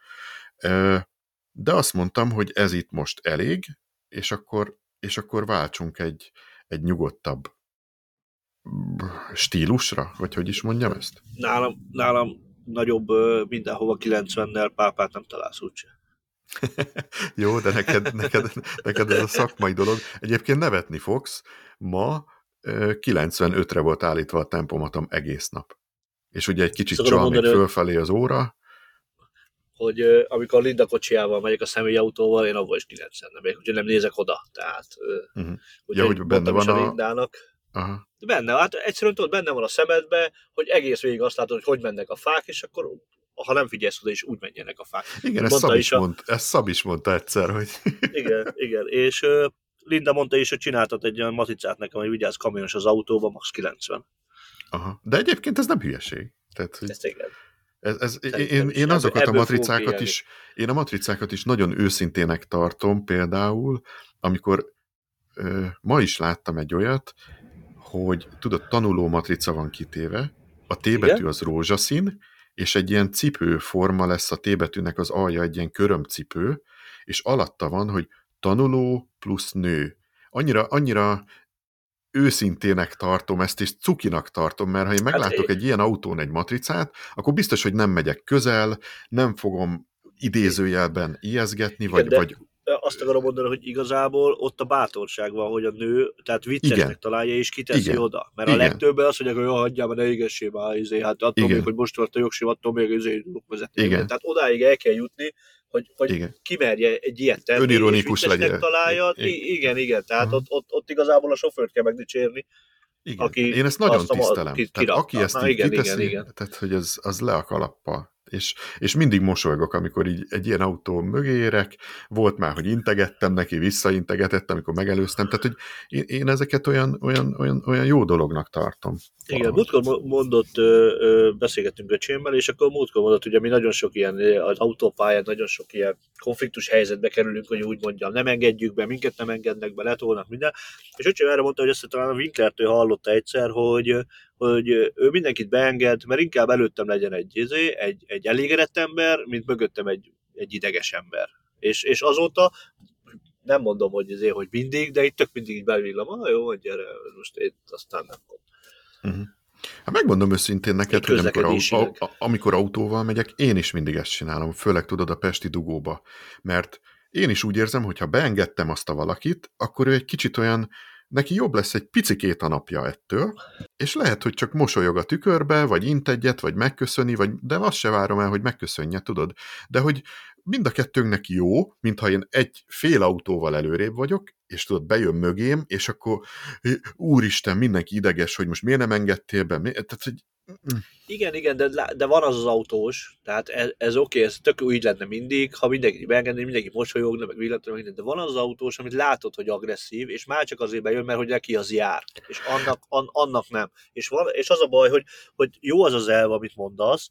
Speaker 2: de azt mondtam, hogy ez itt most elég, és akkor, és akkor váltsunk egy, egy nyugodtabb stílusra, vagy hogy is mondjam ezt?
Speaker 1: Nálam, nálam nagyobb mindenhova kilencvennel pápát nem találsz úgyse.
Speaker 2: Jó, de neked, neked, neked ez a szakmai dolog. Egyébként nevetni fogsz, ma kilencvenötre volt állítva a tempomatom egész nap. És ugye egy kicsit csal még fölfelé az óra.
Speaker 1: Hogy amikor a Linda kocsijával megyek a személyautóval, én abban is kilencvenre megyek, úgyhogy nem nézek oda. Tehát,
Speaker 2: uh-huh. Ja, hogy benne van
Speaker 1: a...
Speaker 2: a...
Speaker 1: Lindának.
Speaker 2: Aha.
Speaker 1: De benne, hát egyszerűen tudod, benne van a szemedbe, hogy egész végig azt látod, hogy hogy mennek a fák, és akkor ha nem figyelsz oda, is úgy menjenek a fák.
Speaker 2: Igen, ezt Szab, is a... mond, ezt Szab is mondta egyszer, hogy...
Speaker 1: igen, igen, és uh, Linda mondta is, hogy csináltat egy olyan matricát nekem, hogy vigyázz kamionos az autóban, max. kilencven.
Speaker 2: Aha. De egyébként ez nem hülyeség. Tehát, hogy...
Speaker 1: Ez igen.
Speaker 2: Ez, ez, én, én azokat a matricákat is, én a matricákat is nagyon őszintének tartom, például, amikor ö, ma is láttam egy olyat, hogy tudod, tanuló matrica van kitéve, a T betű igen? Az rózsaszín, és egy ilyen cipőforma lesz a T betűnek az alja, egy ilyen körömcipő, és alatta van, hogy tanuló plusz nő. Annyira, annyira őszintének tartom ezt, és cukinak tartom, mert ha én meglátok hát, egy ilyen autón egy matricát, akkor biztos, hogy nem megyek közel, nem fogom idézőjelben ijeszgetni, vagy,
Speaker 1: igen,
Speaker 2: vagy...
Speaker 1: Azt akarom mondani, hogy igazából ott a bátorság van, hogy a nő, tehát viccesnek igen. találja, és kiteszi igen. oda. Mert igen. a legtöbben azt mondják, hogy hagyjál, mert ne égessé már, izé, hát attól igen. még, hogy most volt a jogsim, attól még izé tudok vezetni. Tehát odáig el kell jutni, hogy, hogy kimerje egy ilyet tenni,
Speaker 2: önironikus
Speaker 1: és viccesnek találja. Igen, igen, igen. tehát uh-huh. ott, ott, ott igazából a sofőrt kell megdicsérni.
Speaker 2: Igen. Aki én ezt nagyon tisztelem. Ki, tehát aki ezt Na, így igen, kiteszi, igen, igen. tehát hogy az, az le a kalappal. És, és mindig mosolygok, amikor így egy ilyen autó mögé érek, volt már, hogy integettem neki, visszaintegetett, amikor megelőztem, tehát hogy én, én ezeket olyan, olyan, olyan, olyan jó dolognak tartom.
Speaker 1: Igen,
Speaker 2: Valahogy.
Speaker 1: múltkor mondott, ö, ö, beszélgettünk öcsémmel, és akkor múltkor mondott, ugye mi nagyon sok ilyen, az autópályán nagyon sok ilyen konfliktus helyzetbe kerülünk, hogy úgy mondjam, nem engedjük be, minket nem engednek be, letolnak minden. És öcsém erre mondta, hogy ezt talán a Winklertől hallotta egyszer, hogy, hogy ő mindenkit beenged, mert inkább előttem legyen egy, izé, egy, egy elégedett ember, mint mögöttem egy, egy ideges ember. És, és azóta nem mondom, hogy, izé, hogy mindig, de itt tök mindig így belvillam, ah, jó, hogy gyere, most én aztán nem mondom.
Speaker 2: Uh-huh. Hát megmondom őszintén neked, hogy amikor, au- a, amikor autóval megyek, én is mindig ezt csinálom, főleg tudod a pesti dugóba, mert én is úgy érzem, hogy ha beengedtem azt a valakit, akkor ő egy kicsit olyan, neki jobb lesz egy picikét a napja ettől, és lehet, hogy csak mosolyog a tükörbe, vagy int egyet, vagy megköszöni, vagy, de azt se várom el, hogy megköszönje, tudod. De hogy mind a kettőnknek jó, mintha én egy fél autóval előrébb vagyok, és tudod, bejön mögém, és akkor úristen, mindenki ideges, hogy most miért nem engedtél be. Tehát, hogy...
Speaker 1: Igen, igen, de, de van az az autós, tehát ez, ez oké, ez tök úgy lenne mindig, ha mindenki beengedné, mindenki mosolyogna, meg villatna, meg de van az az autós, amit látod, hogy agresszív, és már csak azért bejön, mert hogy neki az jár, és annak, an, annak nem. És, van, és az a baj, hogy, hogy jó az az elv, amit mondasz,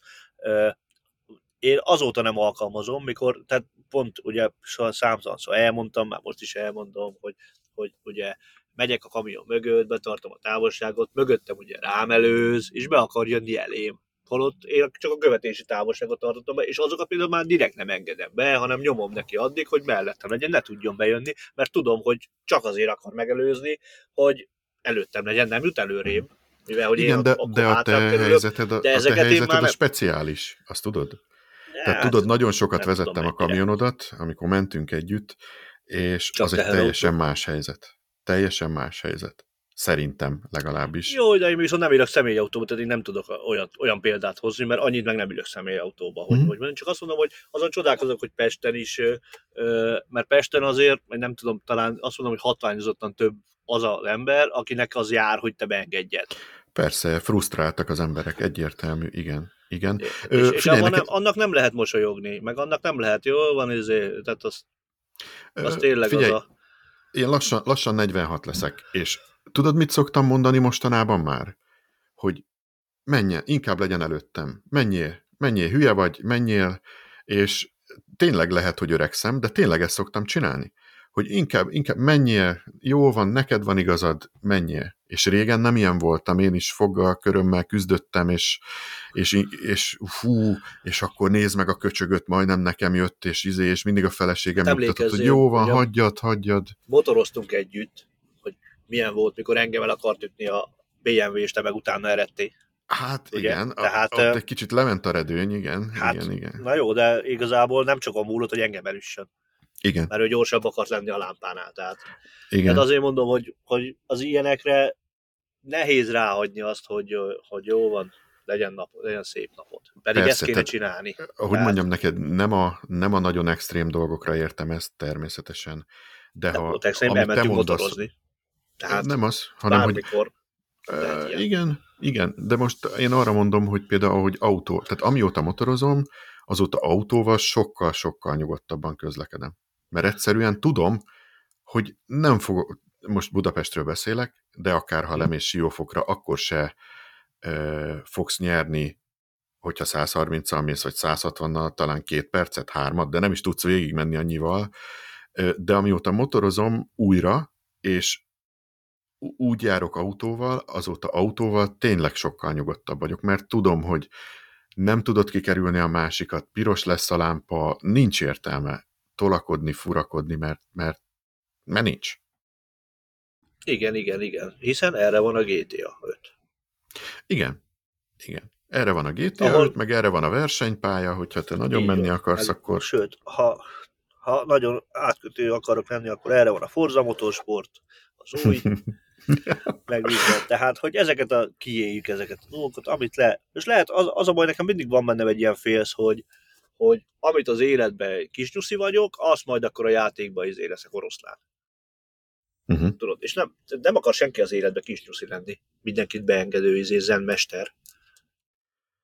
Speaker 1: én azóta nem alkalmazom, mikor, tehát pont ugye számtalan, szóval elmondtam, már most is elmondom, hogy, hogy ugye megyek a kamion mögött, betartom a távolságot, mögöttem ugye rám előz, és be akar jönni elém. Holott én csak a követési távolságot tartottam be, és azokat például már direkt nem engedem be, hanem nyomom neki addig, hogy mellettem legyen, ne tudjon bejönni, mert tudom, hogy csak azért akar megelőzni, hogy előttem legyen, nem jut előrébb. Mivel, hogy
Speaker 2: igen,
Speaker 1: én
Speaker 2: de,
Speaker 1: akkor
Speaker 2: de a te
Speaker 1: kerülök,
Speaker 2: helyzeted, a,
Speaker 1: de
Speaker 2: a te helyzeted a
Speaker 1: nem...
Speaker 2: speciális, azt tudod? Tehát
Speaker 1: Hát,
Speaker 2: tudod, nagyon sokat vezettem
Speaker 1: tudom,
Speaker 2: a kamionodat, amikor mentünk együtt, és
Speaker 1: csak
Speaker 2: az egy teljesen más helyzet. Teljesen más helyzet. Szerintem legalábbis.
Speaker 1: Jó, de én viszont nem ülök személyautóba, tehát én nem tudok olyan, olyan példát hozni, mert annyit meg nem ülök személyautóba, hogy,
Speaker 2: Hmm.
Speaker 1: hogy mondjam. Csak azt mondom, hogy azon csodálkozok, hogy Pesten is, mert Pesten azért, nem tudom, talán azt mondom, hogy hatványozottan több az az ember, akinek az jár, hogy te beengedjed.
Speaker 2: Persze, frusztráltak az emberek, egyértelmű, igen. Igen.
Speaker 1: És,
Speaker 2: Ö,
Speaker 1: és
Speaker 2: figyelj,
Speaker 1: neked...
Speaker 2: neked...
Speaker 1: nem, annak nem lehet mosolyogni, meg annak nem lehet, jól van, ezért, tehát az, az tényleg
Speaker 2: figyelj,
Speaker 1: az a...
Speaker 2: én lassan, lassan negyvenhat leszek, és tudod, mit szoktam mondani mostanában már? Hogy menjen, inkább legyen előttem, menjél, menjél, hülye vagy, menjél, és tényleg lehet, hogy öregszem, de tényleg ezt szoktam csinálni. Hogy inkább, inkább menjél, jó van, neked van igazad, menjél. És régen nem ilyen voltam, én is foggal, körömmel küzdöttem, és, és, és fú, és akkor nézd meg a köcsögöt, majdnem nekem jött, és izé, és mindig a feleségem
Speaker 1: Hát
Speaker 2: nyugtatott, hogy jó van,
Speaker 1: ugye,
Speaker 2: hagyjad, hagyjad.
Speaker 1: Motoroztunk együtt, hogy milyen volt, mikor engem el akart ütni a bé em vé, és te meg utána eredtél.
Speaker 2: Hát ugye? Igen,
Speaker 1: tehát,
Speaker 2: ott egy kicsit lement a redőny, igen.
Speaker 1: Hát,
Speaker 2: igen, igen.
Speaker 1: Na jó, de igazából nem csak a múlott, hogy engem elüssön.
Speaker 2: Igen.
Speaker 1: Mert ő gyorsabb akart lenni a lámpánál. Tehát,
Speaker 2: igen.
Speaker 1: tehát azért mondom, hogy, hogy az ilyenekre nehéz ráhagyni azt, hogy, hogy jó van, legyen, nap, legyen szép napot. Pedig
Speaker 2: Persze,
Speaker 1: ezt kéne
Speaker 2: tehát,
Speaker 1: csinálni.
Speaker 2: Ahogy
Speaker 1: tehát,
Speaker 2: mondjam neked, nem a, nem a nagyon extrém dolgokra értem ezt természetesen. De, de ha,
Speaker 1: volt extrém,
Speaker 2: amit
Speaker 1: elmentünk
Speaker 2: te mondasz,
Speaker 1: motorozni. Tehát
Speaker 2: nem az, hanem
Speaker 1: bármikor.
Speaker 2: hogy uh, igen, igen, de most én arra mondom, hogy például, hogy autó, tehát amióta motorozom, azóta autóval sokkal-sokkal nyugodtabban közlekedem. Mert egyszerűen tudom, hogy nem fogok, most Budapestről beszélek, de akár ha lemész Siófokra, akkor se uh, fogsz nyerni, hogyha száz harminccal mész, vagy száz hatvannal, talán két percet, hármat, de nem is tudsz végigmenni annyival. De amióta motorozom újra, és úgy járok autóval, azóta autóval tényleg sokkal nyugodtabb vagyok, mert tudom, hogy nem tudod kikerülni a másikat, piros lesz a lámpa, nincs értelme tolakodni, furakodni, mert, mert, mert nincs.
Speaker 1: Igen, igen, igen. Hiszen erre van a gé té á öt.
Speaker 2: Igen, igen. Erre van a gé té á
Speaker 1: Ahol...
Speaker 2: öt, meg erre van a versenypálya, hogyha te nagyon menni van, akarsz, meg, akkor...
Speaker 1: Sőt, ha, ha nagyon átkötő akarok lenni, akkor erre van a Forza Motorsport, az új, meg minden. Tehát, hogy ezeket a kiéljük, ezeket a dolgokat, amit le... És lehet, az, az a baj, nekem mindig van bennem egy ilyen félsz, hogy, hogy amit az életben kisnyuszi vagyok, azt majd akkor a játékban izé leszek oroszlán. Uh-huh. Tudod, és nem, nem akar senki az életben kisnyuszi lenni. Mindenkit beengedő izé zenmester.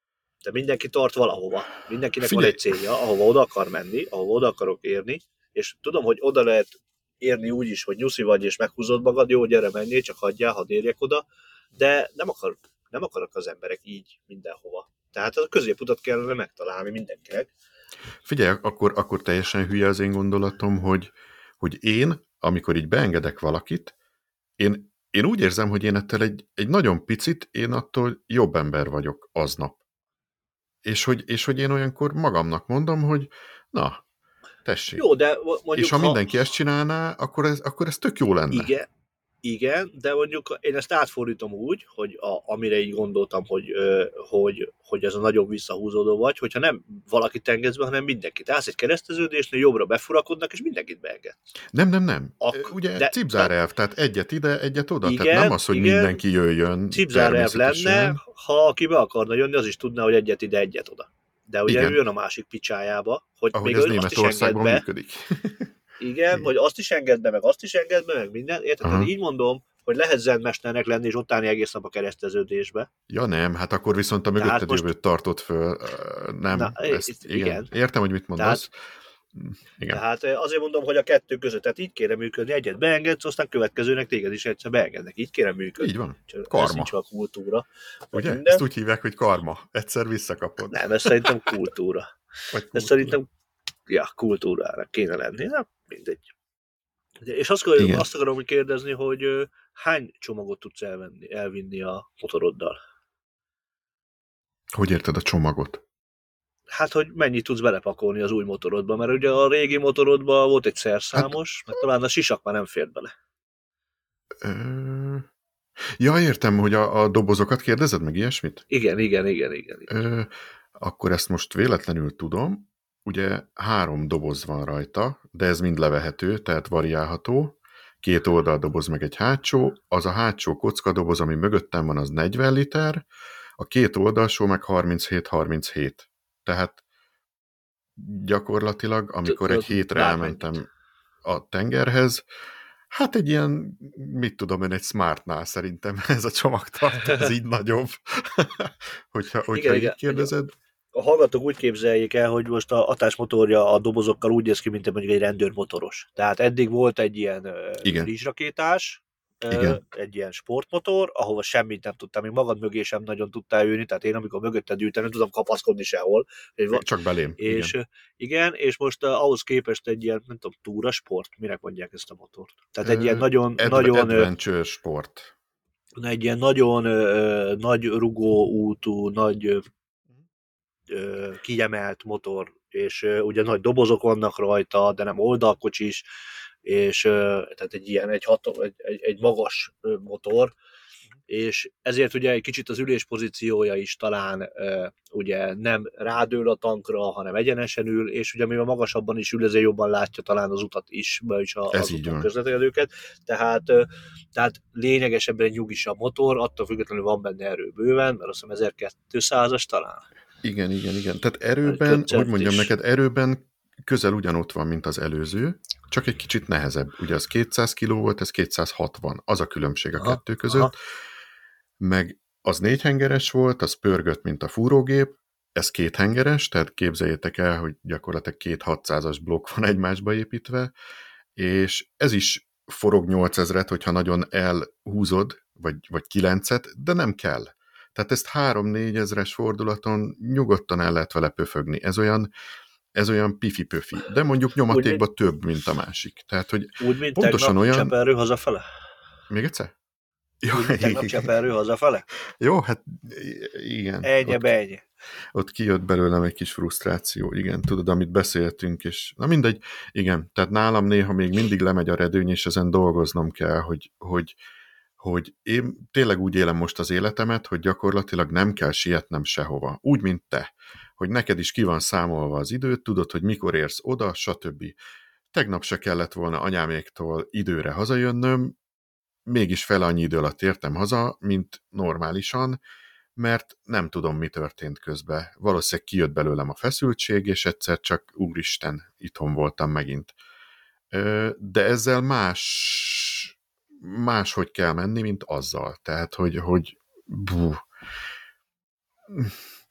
Speaker 1: Érted? Mindenki tart valahova. Mindenkinek
Speaker 2: Figyelj.
Speaker 1: van egy célja, ahova oda akar menni, ahova oda akarok érni, és tudom, hogy oda lehet érni úgy is, hogy nyuszi vagy, és meghúzod magad, jó, gyere, menjél, csak hagyjál, hadd érjek oda, de nem, akar, nem akarok az emberek így mindenhova. Tehát a középutat kellene megtalálni mindenkinek.
Speaker 2: Figyelj, akkor, akkor teljesen hülye az én gondolatom, hogy, hogy én, amikor így beengedek valakit, én, én úgy érzem, hogy én ettől egy, egy nagyon picit, én attól jobb ember vagyok aznap. És hogy, és hogy én olyankor magamnak mondom, hogy na, tessék.
Speaker 1: Jó, de mondjuk,
Speaker 2: és ha,
Speaker 1: ha
Speaker 2: mindenki ezt csinálná, akkor ez, akkor ez tök jó lenne.
Speaker 1: Igen, igen, de mondjuk én ezt átfordítom úgy, hogy a, amire így gondoltam, hogy, ö, hogy, hogy ez a nagyobb visszahúzódó vagy, hogyha nem valakit engedsz be, hanem mindenkit. Állsz egy kereszteződésnél, jobbra befurakodnak, és mindenkit beengedsz.
Speaker 2: Nem, nem, nem.
Speaker 1: Ak-
Speaker 2: Ugye
Speaker 1: de-
Speaker 2: cipzárelv, tehát egyet ide, egyet oda.
Speaker 1: Igen,
Speaker 2: tehát nem az, hogy
Speaker 1: igen.
Speaker 2: mindenki jöjjön
Speaker 1: Cipzárelv
Speaker 2: természetesen.
Speaker 1: lenne, ha aki be akarna jönni, az is tudná, hogy egyet ide, egyet oda. De ugye
Speaker 2: Igen.
Speaker 1: ő jön a másik picsájába, hogy
Speaker 2: Ahogy
Speaker 1: még
Speaker 2: ez
Speaker 1: azt is engedd
Speaker 2: Németországban
Speaker 1: be.
Speaker 2: működik.
Speaker 1: Igen, hogy azt is engedd be, meg azt is engedd be, meg minden. Érted?
Speaker 2: Aha.
Speaker 1: Így mondom, hogy lehet zenmesternek lenni, és ott állni egész nap a kereszteződésbe.
Speaker 2: Ja nem, hát akkor viszont a
Speaker 1: Tehát
Speaker 2: mögötted
Speaker 1: most-
Speaker 2: jövőt tartott föl. Ö, Nem,
Speaker 1: Na,
Speaker 2: ezt,
Speaker 1: itt-
Speaker 2: igen.
Speaker 1: igen.
Speaker 2: Értem, hogy mit mondasz. Igen.
Speaker 1: Tehát azért mondom, hogy a kettő között, tehát így kéne működni, egyet beengedsz, aztán következőnek téged is egyszer beengednek. Így kéne működni.
Speaker 2: Így van.
Speaker 1: Csak
Speaker 2: Karma.
Speaker 1: Ez nincs a kultúra. meg
Speaker 2: Ugye?
Speaker 1: minden.
Speaker 2: Ezt úgy hívják, hogy karma. Egyszer visszakapod.
Speaker 1: Nem, ez szerintem kultúra.
Speaker 2: Vagy
Speaker 1: Ez
Speaker 2: kultúra.
Speaker 1: szerintem ja, kultúrára kéne lenni. Na, mindegy. Ugye, És azt, akarom-
Speaker 2: Igen.
Speaker 1: azt akarom hogy kérdezni, hogy ö, hány csomagot tudsz elvenni, elvinni a motoroddal?
Speaker 2: Hogy érted a csomagot?
Speaker 1: Hát, hogy mennyit tudsz belepakolni az új motorodba, mert ugye a régi motorodban volt egy szerszámos,
Speaker 2: Hát-
Speaker 1: meg talán a sisak már nem fért bele.
Speaker 2: Ö... Ja, értem, hogy a, a dobozokat kérdezed, meg ilyesmit?
Speaker 1: Igen, igen, igen, igen. igen.
Speaker 2: Ö, akkor ezt most véletlenül tudom. Ugye három doboz van rajta, de ez mind levehető, tehát variálható. Két oldaldoboz meg egy hátsó. Az a hátsó kockadoboz, ami mögöttem van, az negyven liter, a két oldalsó meg harminchét harminchét. Tehát gyakorlatilag, amikor egy hétre
Speaker 1: Bármennyit.
Speaker 2: elmentem a tengerhez, hát egy ilyen, mit tudom én, egy Smartnál szerintem ez a csomagtartó, ez így nagyobb. hogyha hogyha
Speaker 1: Igen,
Speaker 2: így
Speaker 1: igen.
Speaker 2: kérdezed.
Speaker 1: A hallgatók úgy képzeljék el, hogy most a Atás motorja a dobozokkal úgy néz ki, mint mondjuk egy rendőrmotoros. Tehát eddig volt egy ilyen
Speaker 2: Igen.
Speaker 1: rizsrakétás, ö,
Speaker 2: Igen.
Speaker 1: egy ilyen sportmotor, ahova semmit nem tudtam, még magad mögé sem nagyon tudtál ülni, tehát én amikor mögötted ültem, nem tudom kapaszkodni sehol. És, va-
Speaker 2: Csak belém.
Speaker 1: és
Speaker 2: Igen.
Speaker 1: igen. igen, és most uh, ahhoz képest egy ilyen, nem tudom, túrasport, minek mondják ezt a motort. Tehát egy
Speaker 2: Ö,
Speaker 1: ilyen nagyon,
Speaker 2: Adve-
Speaker 1: nagyon, ö,
Speaker 2: adventure sport.
Speaker 1: egy ilyen nagyon ö, nagy rugóútú, nagy ö, ö, kiemelt motor, és ö, ugye nagy dobozok vannak rajta, de nem oldalkocsis, és ö, tehát egy ilyen, egy, hat, egy, egy, egy magas ö, motor, és ezért ugye egy kicsit az ülés pozíciója is talán ö, ugye nem rádől a tankra, hanem egyenesen ül, és ugye mivel magasabban is ül, ezért jobban látja talán az utat is, vagyis a,
Speaker 2: Ez
Speaker 1: az
Speaker 2: így
Speaker 1: uton
Speaker 2: van.
Speaker 1: közlekedőket, tehát, ö, tehát lényegesebben egy nyugisabb motor, attól függetlenül van benne erő bőven, mert azt hiszem ezerkétszázas talán.
Speaker 2: Igen, igen, igen. Tehát erőben,
Speaker 1: kötött
Speaker 2: hogy mondjam
Speaker 1: is.
Speaker 2: neked, erőben közel ugyanott van, mint az előző, csak egy kicsit nehezebb. Ugye az kétszáz kiló volt, ez kétszázhatvan. Az a különbség a
Speaker 1: Aha,
Speaker 2: kettő között.
Speaker 1: aha.
Speaker 2: Meg az négyhengeres volt, az pörgött, mint a fúrógép, ez kéthengeres, tehát képzeljétek el, hogy gyakorlatilag két hatszázas blokk van egymásba építve, és ez is forog nyolcezret, hogyha nagyon elhúzod, vagy, vagy kilencet, de nem kell. Tehát ezt három-négyezres fordulaton nyugodtan el lehet vele pöfögni. Ez olyan, ez olyan pifi-pöfi, de mondjuk nyomatékban több, mint a másik. Tehát, hogy
Speaker 1: Úgy, mint
Speaker 2: pontosan
Speaker 1: tegnap
Speaker 2: olyan...
Speaker 1: Cseperről hazafele?
Speaker 2: Még egyszer? Jó,
Speaker 1: Úgy, mint tegnap Cseperről hazafele?
Speaker 2: Jó, hát igen.
Speaker 1: Ennyi,
Speaker 2: Ott,
Speaker 1: ennyi.
Speaker 2: ott kijött belőlem egy kis frusztráció, igen, tudod, amit beszéltünk, és na mindegy, igen, tehát nálam néha még mindig lemegy a redőny, és ezen dolgoznom kell, hogy, hogy, hogy én tényleg úgy élem most az életemet, hogy gyakorlatilag nem kell sietnem sehova, úgy, mint te, hogy neked is ki van számolva az időt, tudod, hogy mikor érsz oda, stb. Tegnap se kellett volna anyáméktól időre hazajönnöm, mégis fele annyi idő alatt értem haza, mint normálisan, mert nem tudom, mi történt közben. Valószínűleg kijött belőlem a feszültség, és egyszer csak, úristen, itthon voltam megint. De ezzel más, máshogy kell menni, mint azzal. Tehát, hogy, hogy bú.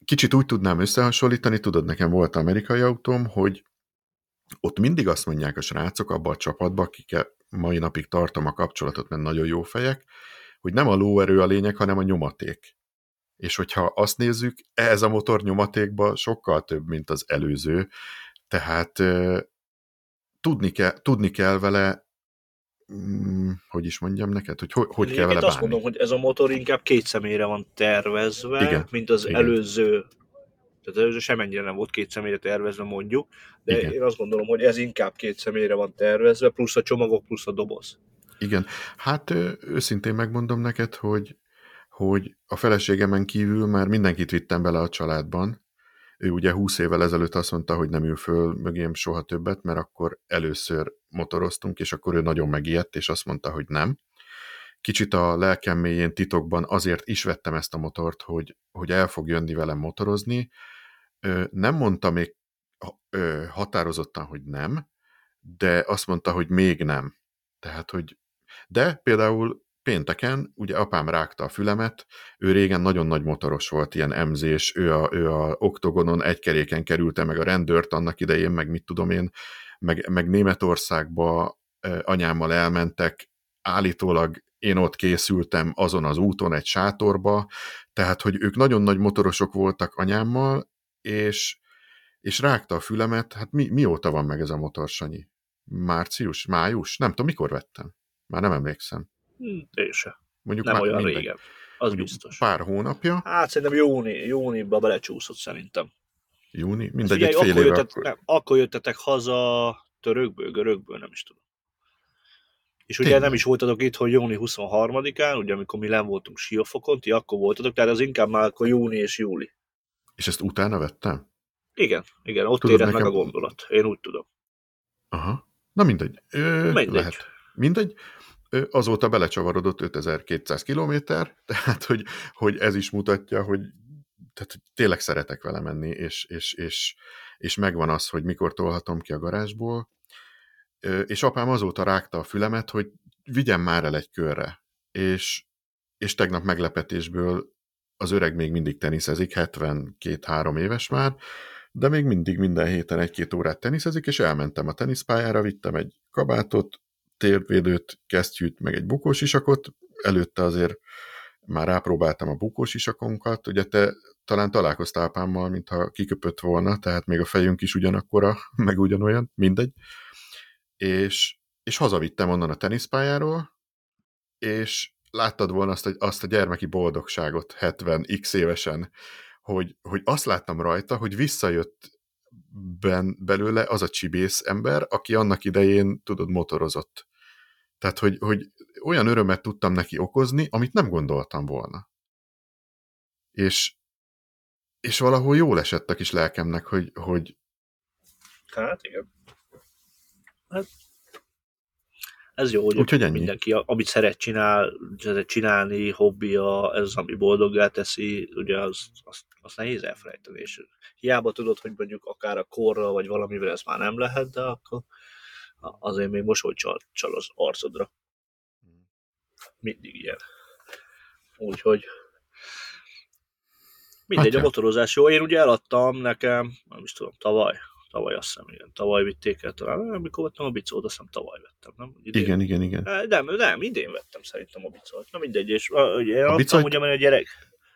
Speaker 2: kicsit úgy tudnám összehasonlítani, tudod, nekem volt amerikai autóm, hogy ott mindig azt mondják a srácok abba a csapatba, akikkel mai napig tartom a kapcsolatot, mert nagyon jó fejek, hogy nem a lóerő a lényeg, hanem a nyomaték. És hogyha azt nézzük, ez a motor nyomatékban sokkal több, mint az előző, tehát euh, tudni, ke, tudni kell vele, mm, hogy is mondjam neked, hogy hogy, hogy kell vele bánni.
Speaker 1: Azt mondom, hogy ez a motor inkább két személyre van tervezve,
Speaker 2: igen,
Speaker 1: mint az
Speaker 2: igen.
Speaker 1: előző. Tehát az előző semennyire nem volt két személyre tervezve, mondjuk, de
Speaker 2: igen.
Speaker 1: én azt gondolom, hogy ez inkább két személyre van tervezve, plusz a csomagok, plusz a doboz.
Speaker 2: Igen, hát őszintén megmondom neked, hogy, hogy a feleségemen kívül már mindenkit vittem bele a családban. Ő ugye húsz évvel ezelőtt azt mondta, hogy nem ül föl mögém soha többet, mert akkor először motoroztunk, és akkor ő nagyon megijedt, és azt mondta, hogy nem. Kicsit a lelkem mélyén titokban azért is vettem ezt a motort, hogy, hogy el fog jönni velem motorozni. Nem mondta még határozottan, hogy nem, de azt mondta, hogy még nem. Tehát, hogy de például pénteken, ugye apám rágta a fülemet, ő régen nagyon nagy motoros volt, ilyen emzés, ő a, ő a oktogonon egy keréken kerülte meg a rendőrt annak idején, meg mit tudom én, meg, meg Németországba anyámmal elmentek, állítólag én ott készültem azon az úton egy sátorba, tehát, hogy ők nagyon nagy motorosok voltak anyámmal, és, és rágta a fülemet, hát mi, mióta van meg ez a motor, Sanyi? Március? Május? Nem tudom, mikor vettem. Már nem emlékszem.
Speaker 1: Én se.
Speaker 2: Mondjuk
Speaker 1: Nem
Speaker 2: már
Speaker 1: olyan
Speaker 2: mindegy.
Speaker 1: régen. Az
Speaker 2: Mondjuk
Speaker 1: biztos.
Speaker 2: pár hónapja.
Speaker 1: Hát szerintem júni, júniba belecsúszott szerintem.
Speaker 2: Júni? Mindegy, egy
Speaker 1: Figyelj,
Speaker 2: fél
Speaker 1: akkor,
Speaker 2: éve
Speaker 1: jöttet,
Speaker 2: akkor.
Speaker 1: nem, akkor jöttetek haza törökből, görögből, nem is tudom. És ugye
Speaker 2: Tényleg?
Speaker 1: nem is voltatok itt, hogy júni huszonharmadikán, ugye amikor mi len voltunk Siófokon, ti akkor voltatok, tehát az inkább már akkor júni és júli.
Speaker 2: És ezt utána vettem?
Speaker 1: Igen, igen, ott
Speaker 2: Tudod,
Speaker 1: érett meg a
Speaker 2: nekem...
Speaker 1: gondolat. Én úgy tudom.
Speaker 2: Aha. Na mindegy. Ö,
Speaker 1: Mindegy.
Speaker 2: lehet. Mindegy. Ö, azóta belecsavarodott ötezer-kétszáz kilométer, tehát hogy, hogy ez is mutatja, hogy tehát hogy tényleg szeretek vele menni, és, és, és, és megvan az, hogy mikor tolhatom ki a garázsból. Ö, és apám azóta rágta a fülemet, hogy vigyem már el egy körre. És, és tegnap meglepetésből az öreg még mindig teniszezik, hetvenkét-három éves már, de még mindig minden héten egy-két órát teniszezik, és elmentem a teniszpályára, vittem egy kabátot, térvédőt, kesztyűt, meg egy bukós isakot, előtte azért már rápróbáltam a bukós isakonkat, ugye te talán találkoztál apámmal, mintha kiköpött volna, tehát még a fejünk is ugyanakkora, meg ugyanolyan, mindegy, és, és hazavittem onnan a teniszpályáról, és láttad volna azt, a, azt a gyermeki boldogságot hetven x évesen, hogy, hogy azt láttam rajta, hogy visszajött ben, belőle az a csibész ember, aki annak idején, tudod, motorozott. Tehát, hogy, hogy olyan örömet tudtam neki okozni, amit nem gondoltam volna. És, és valahol jól esett a kis lelkemnek, hogy, hogy...
Speaker 1: Hát igen. Hát, ez jó, hogy
Speaker 2: Úgyhogy ennyi.
Speaker 1: mindenki, amit szeret csinál, szeret csinálni, hobbija, ez az, ami boldoggá teszi, ugye az, az, az nehéz elfelejteni, és hiába tudod, hogy mondjuk akár a korra, vagy valamivel ez már nem lehet, de akkor azért még mosoly csal, csal az arcodra. Mindig ilyen. Úgyhogy mindegy, hát a motorozás jó. Én ugye eladtam nekem, nem is tudom, tavaly, tavaly azt hiszem, igen, tavaly vitték el talán, amikor vettem a bicót, azt hiszem tavaly vettem, nem?
Speaker 2: Idén? Igen, igen, igen.
Speaker 1: Nem, nem, idén vettem szerintem a bicót. Na mindegy, és én eladtam
Speaker 2: bicajt...
Speaker 1: ugye, mert a gyerek...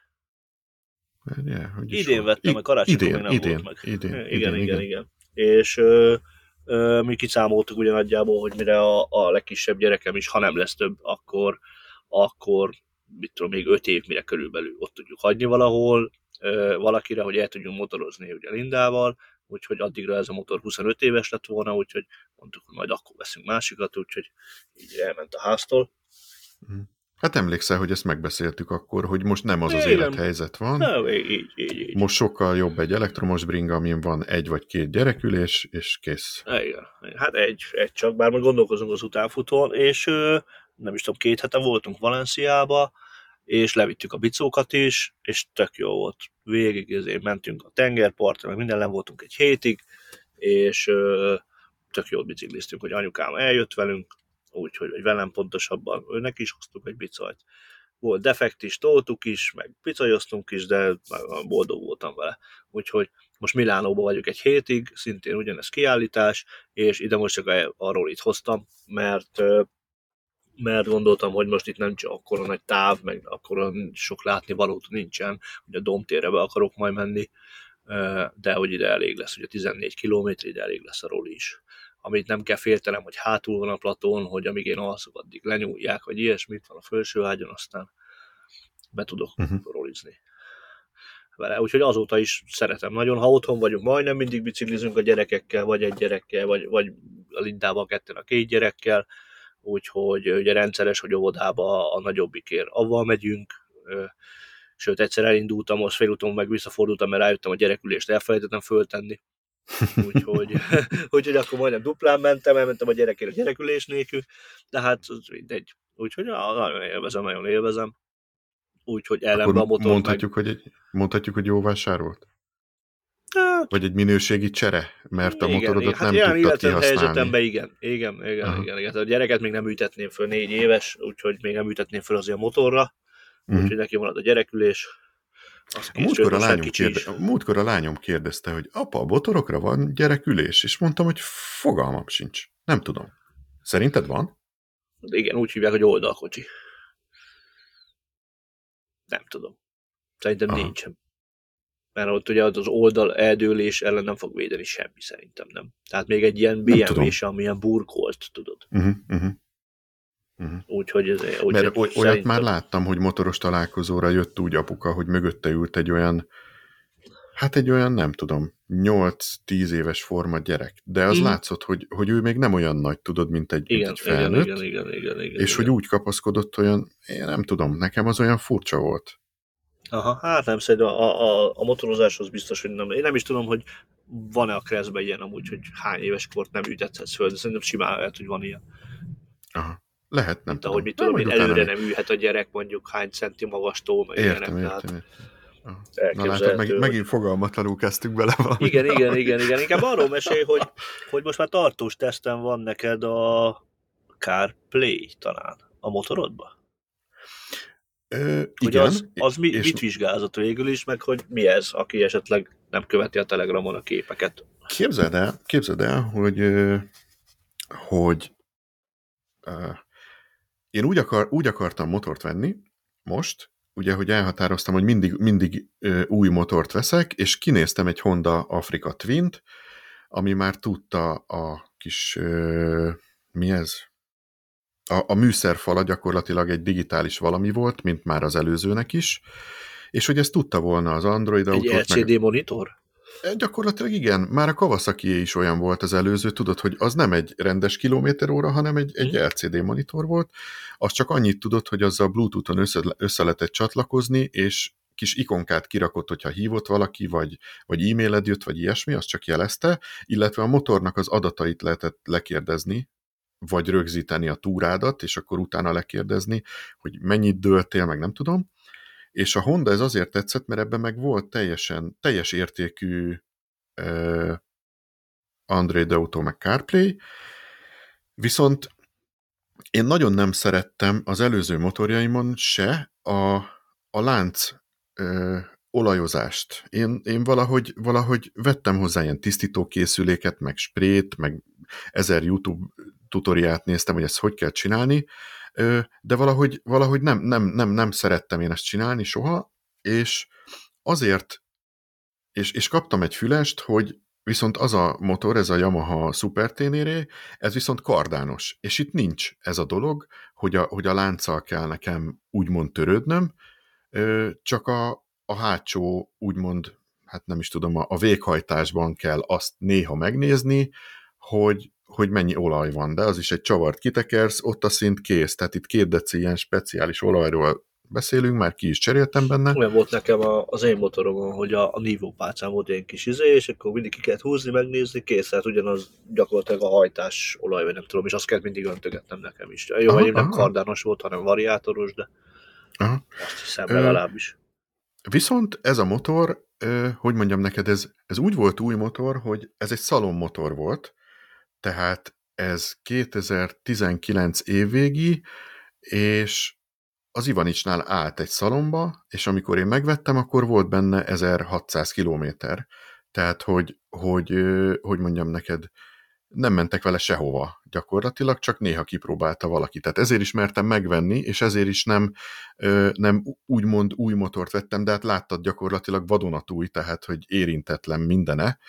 Speaker 2: Yeah,
Speaker 1: idén vettem, mert karácsonykor még nem
Speaker 2: idén,
Speaker 1: volt meg.
Speaker 2: Idén,
Speaker 1: igen,
Speaker 2: idén,
Speaker 1: igen,
Speaker 2: igen.
Speaker 1: igen. És ö, ö, mi kiszámoltuk ugye nagyjából, hogy mire a, a legkisebb gyerekem is, ha nem lesz több, akkor, akkor mit tudom, még öt év, mire körülbelül ott tudjuk hagyni valahol, ö, valakire, hogy el tudjunk motorozni ugye Lindával, úgyhogy addigra ez a motor huszonöt éves lett volna, úgyhogy mondtuk, hogy majd akkor veszünk másikat, úgyhogy így elment a háztól.
Speaker 2: Hát emlékszel, hogy ezt megbeszéltük akkor, hogy most nem az az Igen. élethelyzet van.
Speaker 1: Nem, így, így, így.
Speaker 2: Most sokkal jobb egy elektromos bringa, amin van egy vagy két gyerekülés, és kész.
Speaker 1: Igen. Hát egy, egy csak, bár majd gondolkozunk az utánfutón, és nem is tudom, két hete voltunk Valenciába, és levittük a bicókat is, és tök jó volt. Végig ezért mentünk a tengerpartra, meg minden, le voltunk egy hétig, és tök jót bicikliztünk, hogy anyukám eljött velünk, úgyhogy velem pontosabban, őnek is hoztuk egy bicajt. volt defekt is, toltuk is, meg picajoztunk is, de boldog voltam vele. Úgyhogy most Milánóban vagyok egy hétig, szintén ugyanez kiállítás, és ide most csak arról itt hoztam, mert mert gondoltam, hogy most itt nem csak akkora nagy táv, meg akkora sok látnivalót nincsen, hogy a Domtérre be akarok majd menni, de hogy ide elég lesz, ugye tizennégy kilométer, ide elég lesz a roli is. Amit nem kell féltenem, hogy hátul van a platón, hogy amíg én alszok, addig lenyúlják, vagy ilyesmit van a felső ágyon, aztán be tudok uh-huh. rolizni vele. Úgyhogy azóta is szeretem nagyon. Ha otthon vagyunk, majdnem mindig biciklizünk a gyerekekkel, vagy egy gyerekkel, vagy, vagy a Lindával ketten a két gyerekkel, úgyhogy ugye rendszeres, hogy óvodába a nagyobbikért avval megyünk, sőt egyszer elindultam, most félúton meg visszafordultam, mert rájöttem, a gyerekülést elfelejtettem föltenni, úgyhogy, úgyhogy akkor majdnem duplán mentem, elmentem a gyerekért a gyerekülés nélkül, de hát mindegy, úgyhogy nagyon élvezem, nagyon élvezem, úgyhogy ellenben a motor
Speaker 2: mondhatjuk, meg... hogy egy, mondhatjuk, hogy jó vásár volt? Hát, vagy egy minőségi csere, mert a igen, motorodat igen, nem hát tudtad kihasználni.
Speaker 1: Helyzetemben igen, igen, igen, uh-huh. igen, igen. A gyereket még nem ütetném föl, négy éves, úgyhogy még nem ütetném föl azért a motorra, uh-huh. úgyhogy neki marad a gyerekülés.
Speaker 2: A múltkor, a lányom kérde... a múltkor a lányom kérdezte, hogy apa, a motorokra van gyerekülés, és mondtam, hogy fogalmam sincs. Nem tudom. Szerinted van?
Speaker 1: Igen, úgy hívják, hogy oldalkocsi. Nem tudom. Szerintem Aha. nincsen. Mert ott ugye az oldal eldőlés ellen nem fog védeni semmi, szerintem nem. Tehát még egy ilyen bé em vé-s, ami ilyen burkolt, tudod. Uh-huh, uh-huh. Uh-huh. Úgyhogy ez... Úgy
Speaker 2: Mert olyat szerintem... már láttam, hogy motoros találkozóra jött úgy apuka, hogy mögötte ült egy olyan, hát egy olyan, nem tudom, nyolc-tíz éves forma gyerek. De az hmm. látszott, hogy, hogy ő még nem olyan nagy, tudod, mint egy,
Speaker 1: igen,
Speaker 2: mint egy felnőtt.
Speaker 1: Igen, igen, igen, igen, igen,
Speaker 2: és
Speaker 1: igen.
Speaker 2: hogy úgy kapaszkodott olyan, én nem tudom, nekem az olyan furcsa volt.
Speaker 1: Aha, hát nem szerintem a, a, a motorozáshoz biztos, hogy nem. Én nem is tudom, hogy van-e a Crashben ilyen amúgy, hogy hány éves kort nem ütethetsz föl, de szerintem simán lehet, hogy van ilyen.
Speaker 2: Aha, lehet, nem
Speaker 1: Mint
Speaker 2: tudom.
Speaker 1: ahogy mit tudom, hogy előre nem ülhet a gyerek mondjuk hány centi magastól, meg
Speaker 2: értem,
Speaker 1: ilyenek.
Speaker 2: Értem, értem. Na látod, meg, megint fogalmatlanul kezdtük bele valami.
Speaker 1: Igen, igen, igen, igen. Inkább arról mesélj, hogy, hogy most már tartós teszten van neked a CarPlay talán a motorodban.
Speaker 2: Ö,
Speaker 1: hogy
Speaker 2: igen,
Speaker 1: az, az mi, mit vizsgázott végül is, meg hogy mi ez, aki esetleg nem követi a Telegramon a képeket.
Speaker 2: Képzeld el, képzeld el, hogy, hogy uh, én úgy, akar, úgy akartam motort venni most, ugye, hogy elhatároztam, hogy mindig, mindig uh, új motort veszek, és kinéztem egy Honda Africa Twint, ami már tudta a kis, uh, mi ez? A, a műszerfala gyakorlatilag egy digitális valami volt, mint már az előzőnek is, és hogy ezt tudta volna az Android autót.
Speaker 1: Egy el cé dé meg... monitor?
Speaker 2: Gyakorlatilag igen, már a Kawasaki is olyan volt az előző, tudod, hogy az nem egy rendes kilométeróra, hanem egy, egy el cé dé monitor volt, az csak annyit tudott, hogy azzal Bluetooth-on össze, össze lehetett csatlakozni, és kis ikonkát kirakott, hogyha hívott valaki, vagy, vagy e-mailed jött, vagy ilyesmi, az csak jelezte, illetve a motornak az adatait lehetett lekérdezni, vagy rögzíteni a túrádat, és akkor utána lekérdezni, hogy mennyit dőltél, meg nem tudom. És a Honda ez azért tetszett, mert ebben meg volt teljesen, teljes értékű uh, Android Auto meg CarPlay, viszont én nagyon nem szerettem az előző motorjaimon se a, a lánc uh, olajozást. Én, én valahogy, valahogy vettem hozzá ilyen tisztítókészüléket, meg sprét, meg ezer YouTube tutoriát néztem, hogy ezt hogy kell csinálni, de valahogy, valahogy nem, nem, nem, nem szerettem én ezt csinálni soha, és azért, és, és kaptam egy fülest, hogy viszont az a motor, ez a Yamaha Super Tenere, ez viszont kardános, és itt nincs ez a dolog, hogy a, hogy a lánccal kell nekem úgymond törődnöm, csak a, a hátsó úgymond, hát nem is tudom, a, a véghajtásban kell azt néha megnézni, hogy hogy mennyi olaj van, de az is egy csavart kitekersz, ott a szint kész, tehát itt két deci ilyen speciális olajról beszélünk, már ki is cseréltem benne.
Speaker 1: Olyan volt nekem az én motoromon, hogy a, a Nivo pálcán volt ilyen kis izé, és akkor mindig ki kellett húzni, megnézni, kész, tehát ugyanaz gyakorlatilag a hajtás olaj, vagy nem tudom, és azt kellett mindig öntögetnem nekem is. Jó, hogy nem kardános volt, hanem variátoros, de aha. Azt hiszem legalábbis.
Speaker 2: Viszont ez a motor, hogy mondjam neked, ez, ez úgy volt új motor, hogy ez egy szalonmotor volt, tehát ez kétezer-tizenkilenc évvégi, és az Ivanicsnál állt egy szalomba, és amikor én megvettem, akkor volt benne ezerhatszáz kilométer. Tehát, hogy, hogy, hogy mondjam neked, nem mentek vele sehova gyakorlatilag, csak néha kipróbálta valaki. Tehát ezért is mertem megvenni, és ezért is nem, nem úgymond új motort vettem, de hát láttad gyakorlatilag vadonatúj, tehát hogy érintetlen mindene.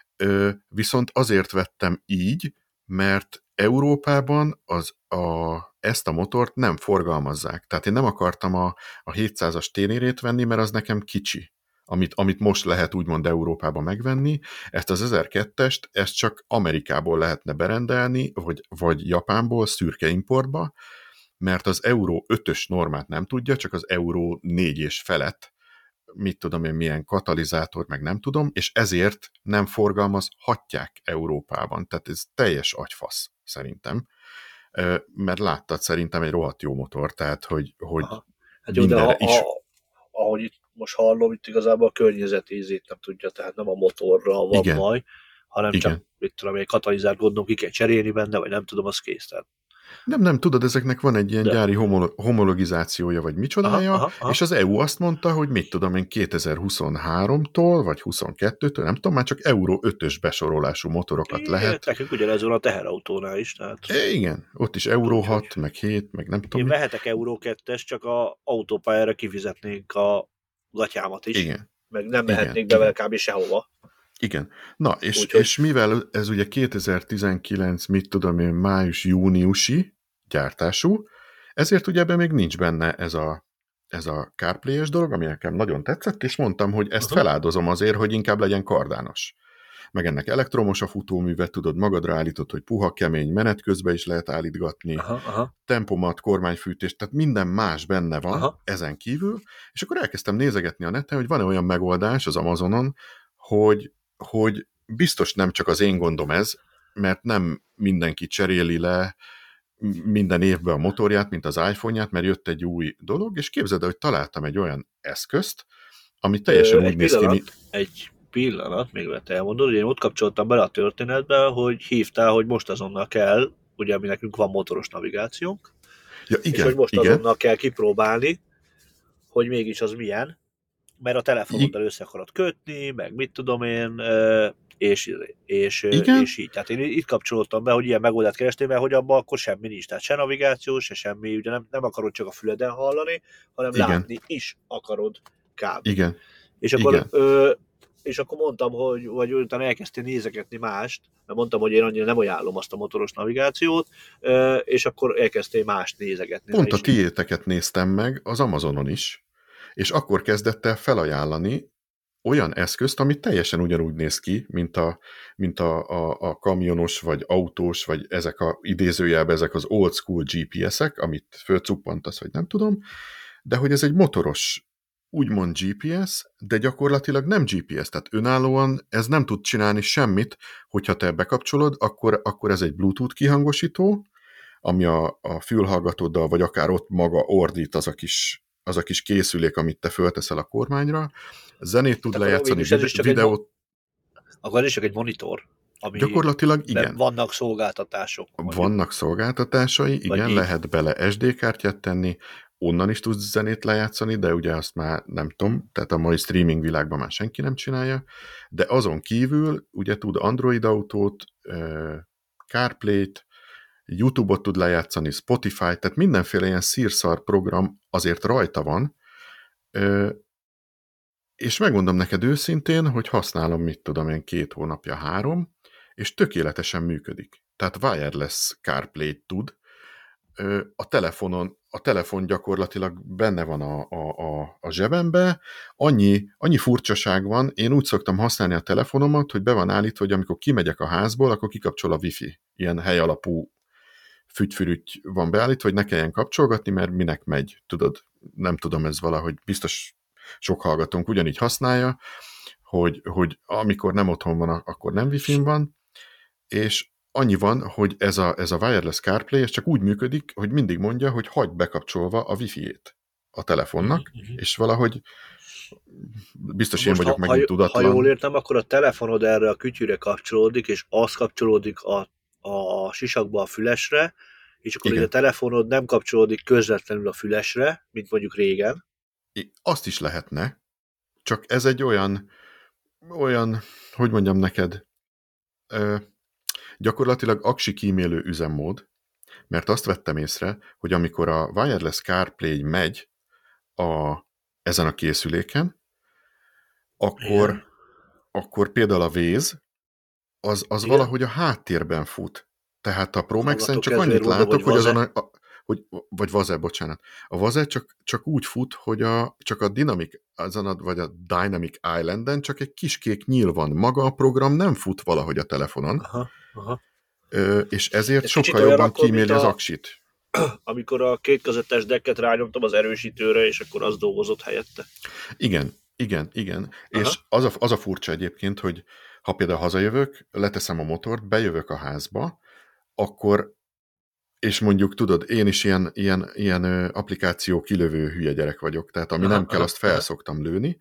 Speaker 2: Viszont azért vettem így, mert Európában az a, ezt a motort nem forgalmazzák. Tehát én nem akartam a, a hétszázas tényérét venni, mert az nekem kicsi, amit, amit most lehet úgymond Európában megvenni. Ezt az ezerkettest, ezt csak Amerikából lehetne berendelni, vagy, vagy Japánból szürke importba, mert az Euró ötös normát nem tudja, csak az Euró négy és felett, mit tudom én, milyen katalizátor, meg nem tudom, és ezért nem forgalmazhatják Európában. Tehát ez teljes agyfasz, szerintem. Mert láttad szerintem egy rohadt jó motor, tehát hogy, hogy
Speaker 1: hát jó, de ha, is... ha, ahogy itt most hallom, itt igazából a környezeti ízét nem tudja, tehát nem a motorra van
Speaker 2: Igen.
Speaker 1: baj, hanem
Speaker 2: Igen.
Speaker 1: csak, mit tudom, egy katalizát gondolom, ki kell cserélni benne, vagy nem tudom, az kész. Tehát.
Speaker 2: Nem, nem, tudod, ezeknek van egy ilyen de. gyári homolo- homologizációja, vagy micsodája, aha, aha, aha. És az é u azt mondta, hogy mit tudom én, kétezer-huszonháromtól, vagy huszonkettőtől, nem tudom, már csak Euró ötös besorolású motorokat
Speaker 1: igen,
Speaker 2: lehet.
Speaker 1: Nekünk ugyanez van a teherautónál is. Tehát...
Speaker 2: É, igen, ott is Euró hat, hogy... meg hét, meg nem tudom.
Speaker 1: Én vehetek Euró kettes, csak a autópályára kifizetnénk a gatyámat is.
Speaker 2: Igen.
Speaker 1: Meg nem mehetnék be vele kb. Sehova.
Speaker 2: Igen. Na, és,
Speaker 1: Úgyhogy...
Speaker 2: és mivel ez ugye kétezer-tizenkilenc, mit tudom én, május-júniusi gyártású, ezért ugye ebben még nincs benne ez a, ez a CarPlay-es dolog, ami nekem nagyon tetszett, és mondtam, hogy ezt uh-huh. feláldozom azért, hogy inkább legyen kardános. Meg ennek elektromos a futóműve, tudod, magadra állítod, hogy puha, kemény, menet közben is lehet állítgatni, aha, aha. tempomat, kormányfűtés, tehát minden más benne van aha. ezen kívül, és akkor elkezdtem nézegetni a neten, hogy van-e olyan megoldás az Amazonon, hogy hogy biztos nem csak az én gondom ez, mert nem mindenki cseréli le minden évben a motorját, mint az iPhone-ját, mert jött egy új dolog, és képzeld, hogy találtam egy olyan eszközt, ami teljesen
Speaker 1: Ö,
Speaker 2: úgy néz ki, mi...
Speaker 1: Egy pillanat, még lehet elmondod, hogy én ott kapcsoltam bele a történetbe, hogy hívtál, hogy most azonnal kell, ugye mi nekünk van motoros navigációnk,
Speaker 2: ja, igen,
Speaker 1: és hogy most
Speaker 2: igen.
Speaker 1: azonnal kell kipróbálni, hogy mégis az milyen, mert a telefonoddal össze akarod kötni, meg mit tudom én, és, és, és így. Tehát én itt kapcsolódtam be, hogy ilyen megoldást kerestél, mert hogy abban akkor semmi nincs. Tehát se navigáció, se semmi, ugye nem, nem akarod csak a füleden hallani, hanem igen. látni is akarod kb.
Speaker 2: Igen.
Speaker 1: És akkor, Igen. Ö, és akkor mondtam, hogy vagy utána elkezdtél nézegetni mást, mert mondtam, hogy én annyira nem ajánlom azt a motoros navigációt, ö, és akkor elkezdtél mást nézegetni.
Speaker 2: Pont a tiéteket néztem meg az Amazonon is, és akkor kezdett el felajánlani olyan eszközt, ami teljesen ugyanúgy néz ki, mint a, mint a, a, a kamionos, vagy autós, vagy ezek a idézőjelben, ezek az old school gé pé es-ek, amit fölcuppantasz, vagy nem tudom, de hogy ez egy motoros, úgymond gé pé es, de gyakorlatilag nem gé pé es, tehát önállóan ez nem tud csinálni semmit, hogyha te bekapcsolod, akkor, akkor ez egy Bluetooth kihangosító, ami a, a fülhallgatóddal, vagy akár ott maga ordít az a kis az a kis készülék, amit te fölteszel a kormányra, zenét tud lejátszani, vide- videót.
Speaker 1: Mo- akkor is csak egy monitor, ami
Speaker 2: gyakorlatilag igen.
Speaker 1: Vannak szolgáltatások.
Speaker 2: Vannak mondjuk. szolgáltatásai, igen, lehet bele es dé kártyát tenni, onnan is tudsz zenét lejátszani, de ugye azt már nem tudom, tehát a mai streaming világban már senki nem csinálja, de azon kívül ugye tud Android autót, CarPlay-t, YouTube-ot tud lejátszani, Spotify, tehát mindenféle ilyen szírszar program azért rajta van, és megmondom neked őszintén, hogy használom, mit tudom én, két hónapja, három, és tökéletesen működik. Tehát wireless CarPlay-t tud. A telefonon, a telefon gyakorlatilag benne van a, a, a, a zsebembe, annyi, annyi furcsaság van, én úgy szoktam használni a telefonomat, hogy be van állítva, hogy amikor kimegyek a házból, akkor kikapcsol a wifi, ilyen helyalapú fügyfürügy van beállítva, hogy ne kelljen kapcsolgatni, mert minek megy, tudod, nem tudom, ez valahogy biztos sok hallgatónk ugyanígy használja, hogy, hogy amikor nem otthon van, akkor nem wifi-n van, és annyi van, hogy ez a, ez a wireless CarPlay ez csak úgy működik, hogy mindig mondja, hogy hagyd bekapcsolva a wifi-ét a telefonnak, mm-hmm. és valahogy biztos most én vagyok ha, megint tudatlan.
Speaker 1: Ha jól értem, akkor a telefonod erre a kütyűre kapcsolódik, és az kapcsolódik a, a sisakba a fülesre, és akkor ugye a telefonod nem kapcsolódik közvetlenül a fülesre, mint mondjuk régen.
Speaker 2: Azt is lehetne, csak ez egy olyan, olyan, hogy mondjam neked, ö, gyakorlatilag aksi kímélő üzemmód, mert azt vettem észre, hogy amikor a Wireless CarPlay megy a, ezen a készüléken, akkor, akkor például a Waze, az, az valahogy a háttérben fut. Tehát a Pro Max-en csak annyit látok, hogy azon a, a hogy, vagy Vaze, bocsánat. A Vaze csak, csak úgy fut, hogy a, csak a Dynamic, azon a, vagy a Dynamic Islanden csak egy kis kék nyíl van. Maga a program nem fut valahogy a telefonon.
Speaker 1: Aha, aha.
Speaker 2: Ö, és ezért ez sokkal jobban kíméli az aksit.
Speaker 1: Amikor a kétkazettás decket rányomtam az erősítőre, és akkor az dolgozott helyette.
Speaker 2: Igen, igen, igen. Aha. És az a, az a furcsa egyébként, hogy ha például hazajövök, leteszem a motort, bejövök a házba, akkor, és mondjuk tudod, én is ilyen, ilyen, ilyen applikáció kilövő hülye gyerek vagyok, tehát ami aha, nem kell, azt fel szoktam lőni,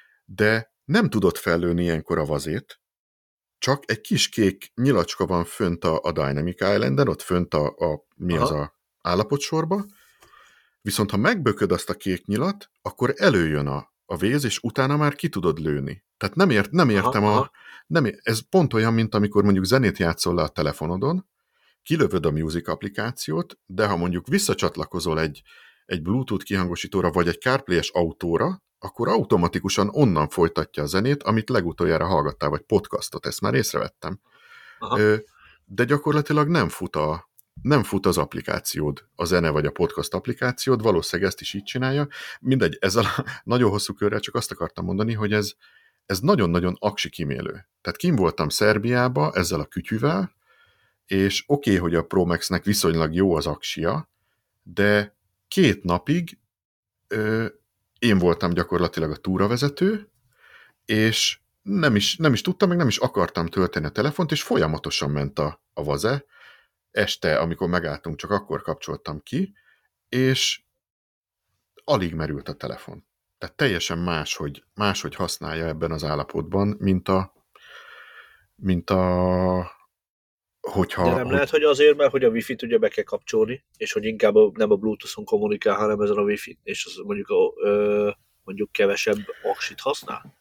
Speaker 2: de nem tudod fellőni ilyenkor a Vazét, csak egy kis kék nyilacska van fönt a, a Dynamic Islanden, ott fönt a, a mi aha. az a állapotsorba, viszont ha megbököd azt a kék nyilat, akkor előjön a, a Waze, és utána már ki tudod lőni. Tehát nem, ért, nem értem aha, a... Aha. Nem, ez pont olyan, mint amikor mondjuk zenét játszol le a telefonodon, kilövöd a Music applikációt, de ha mondjuk visszacsatlakozol egy, egy Bluetooth kihangosítóra, vagy egy CarPlay-es autóra, akkor automatikusan onnan folytatja a zenét, amit legutoljára hallgattál, vagy podcastot, ezt már észrevettem. Aha. De gyakorlatilag nem fut, a, nem fut az applikációd, a zene vagy a podcast applikációd, valószínűleg ezt is így csinálja. Mindegy, ezzel a nagyon hosszú körrel csak azt akartam mondani, hogy ez, ez nagyon-nagyon aksi kímélő. Tehát kim voltam Szerbiába ezzel a kütyüvel, és oké, okay, hogy a Pro Max-nek viszonylag jó az aksia, de két napig ö, én voltam gyakorlatilag a túravezető, és nem is, nem is tudtam, meg nem is akartam tölteni a telefont, és folyamatosan ment a, a Vaze. Este, amikor megálltunk, csak akkor kapcsoltam ki, és alig merült a telefon. Tehát teljesen máshogy, máshogy használja ebben az állapotban, mint a mint a hogyha...
Speaker 1: De nem
Speaker 2: hogy...
Speaker 1: lehet, hogy azért, mert hogy a Wi-Fi-t ugye be kell kapcsolni, és hogy inkább a, nem a Bluetooth-on kommunikál, hanem ezen a Wi-Fi, és az mondjuk, a, ö, mondjuk kevesebb aksit használ?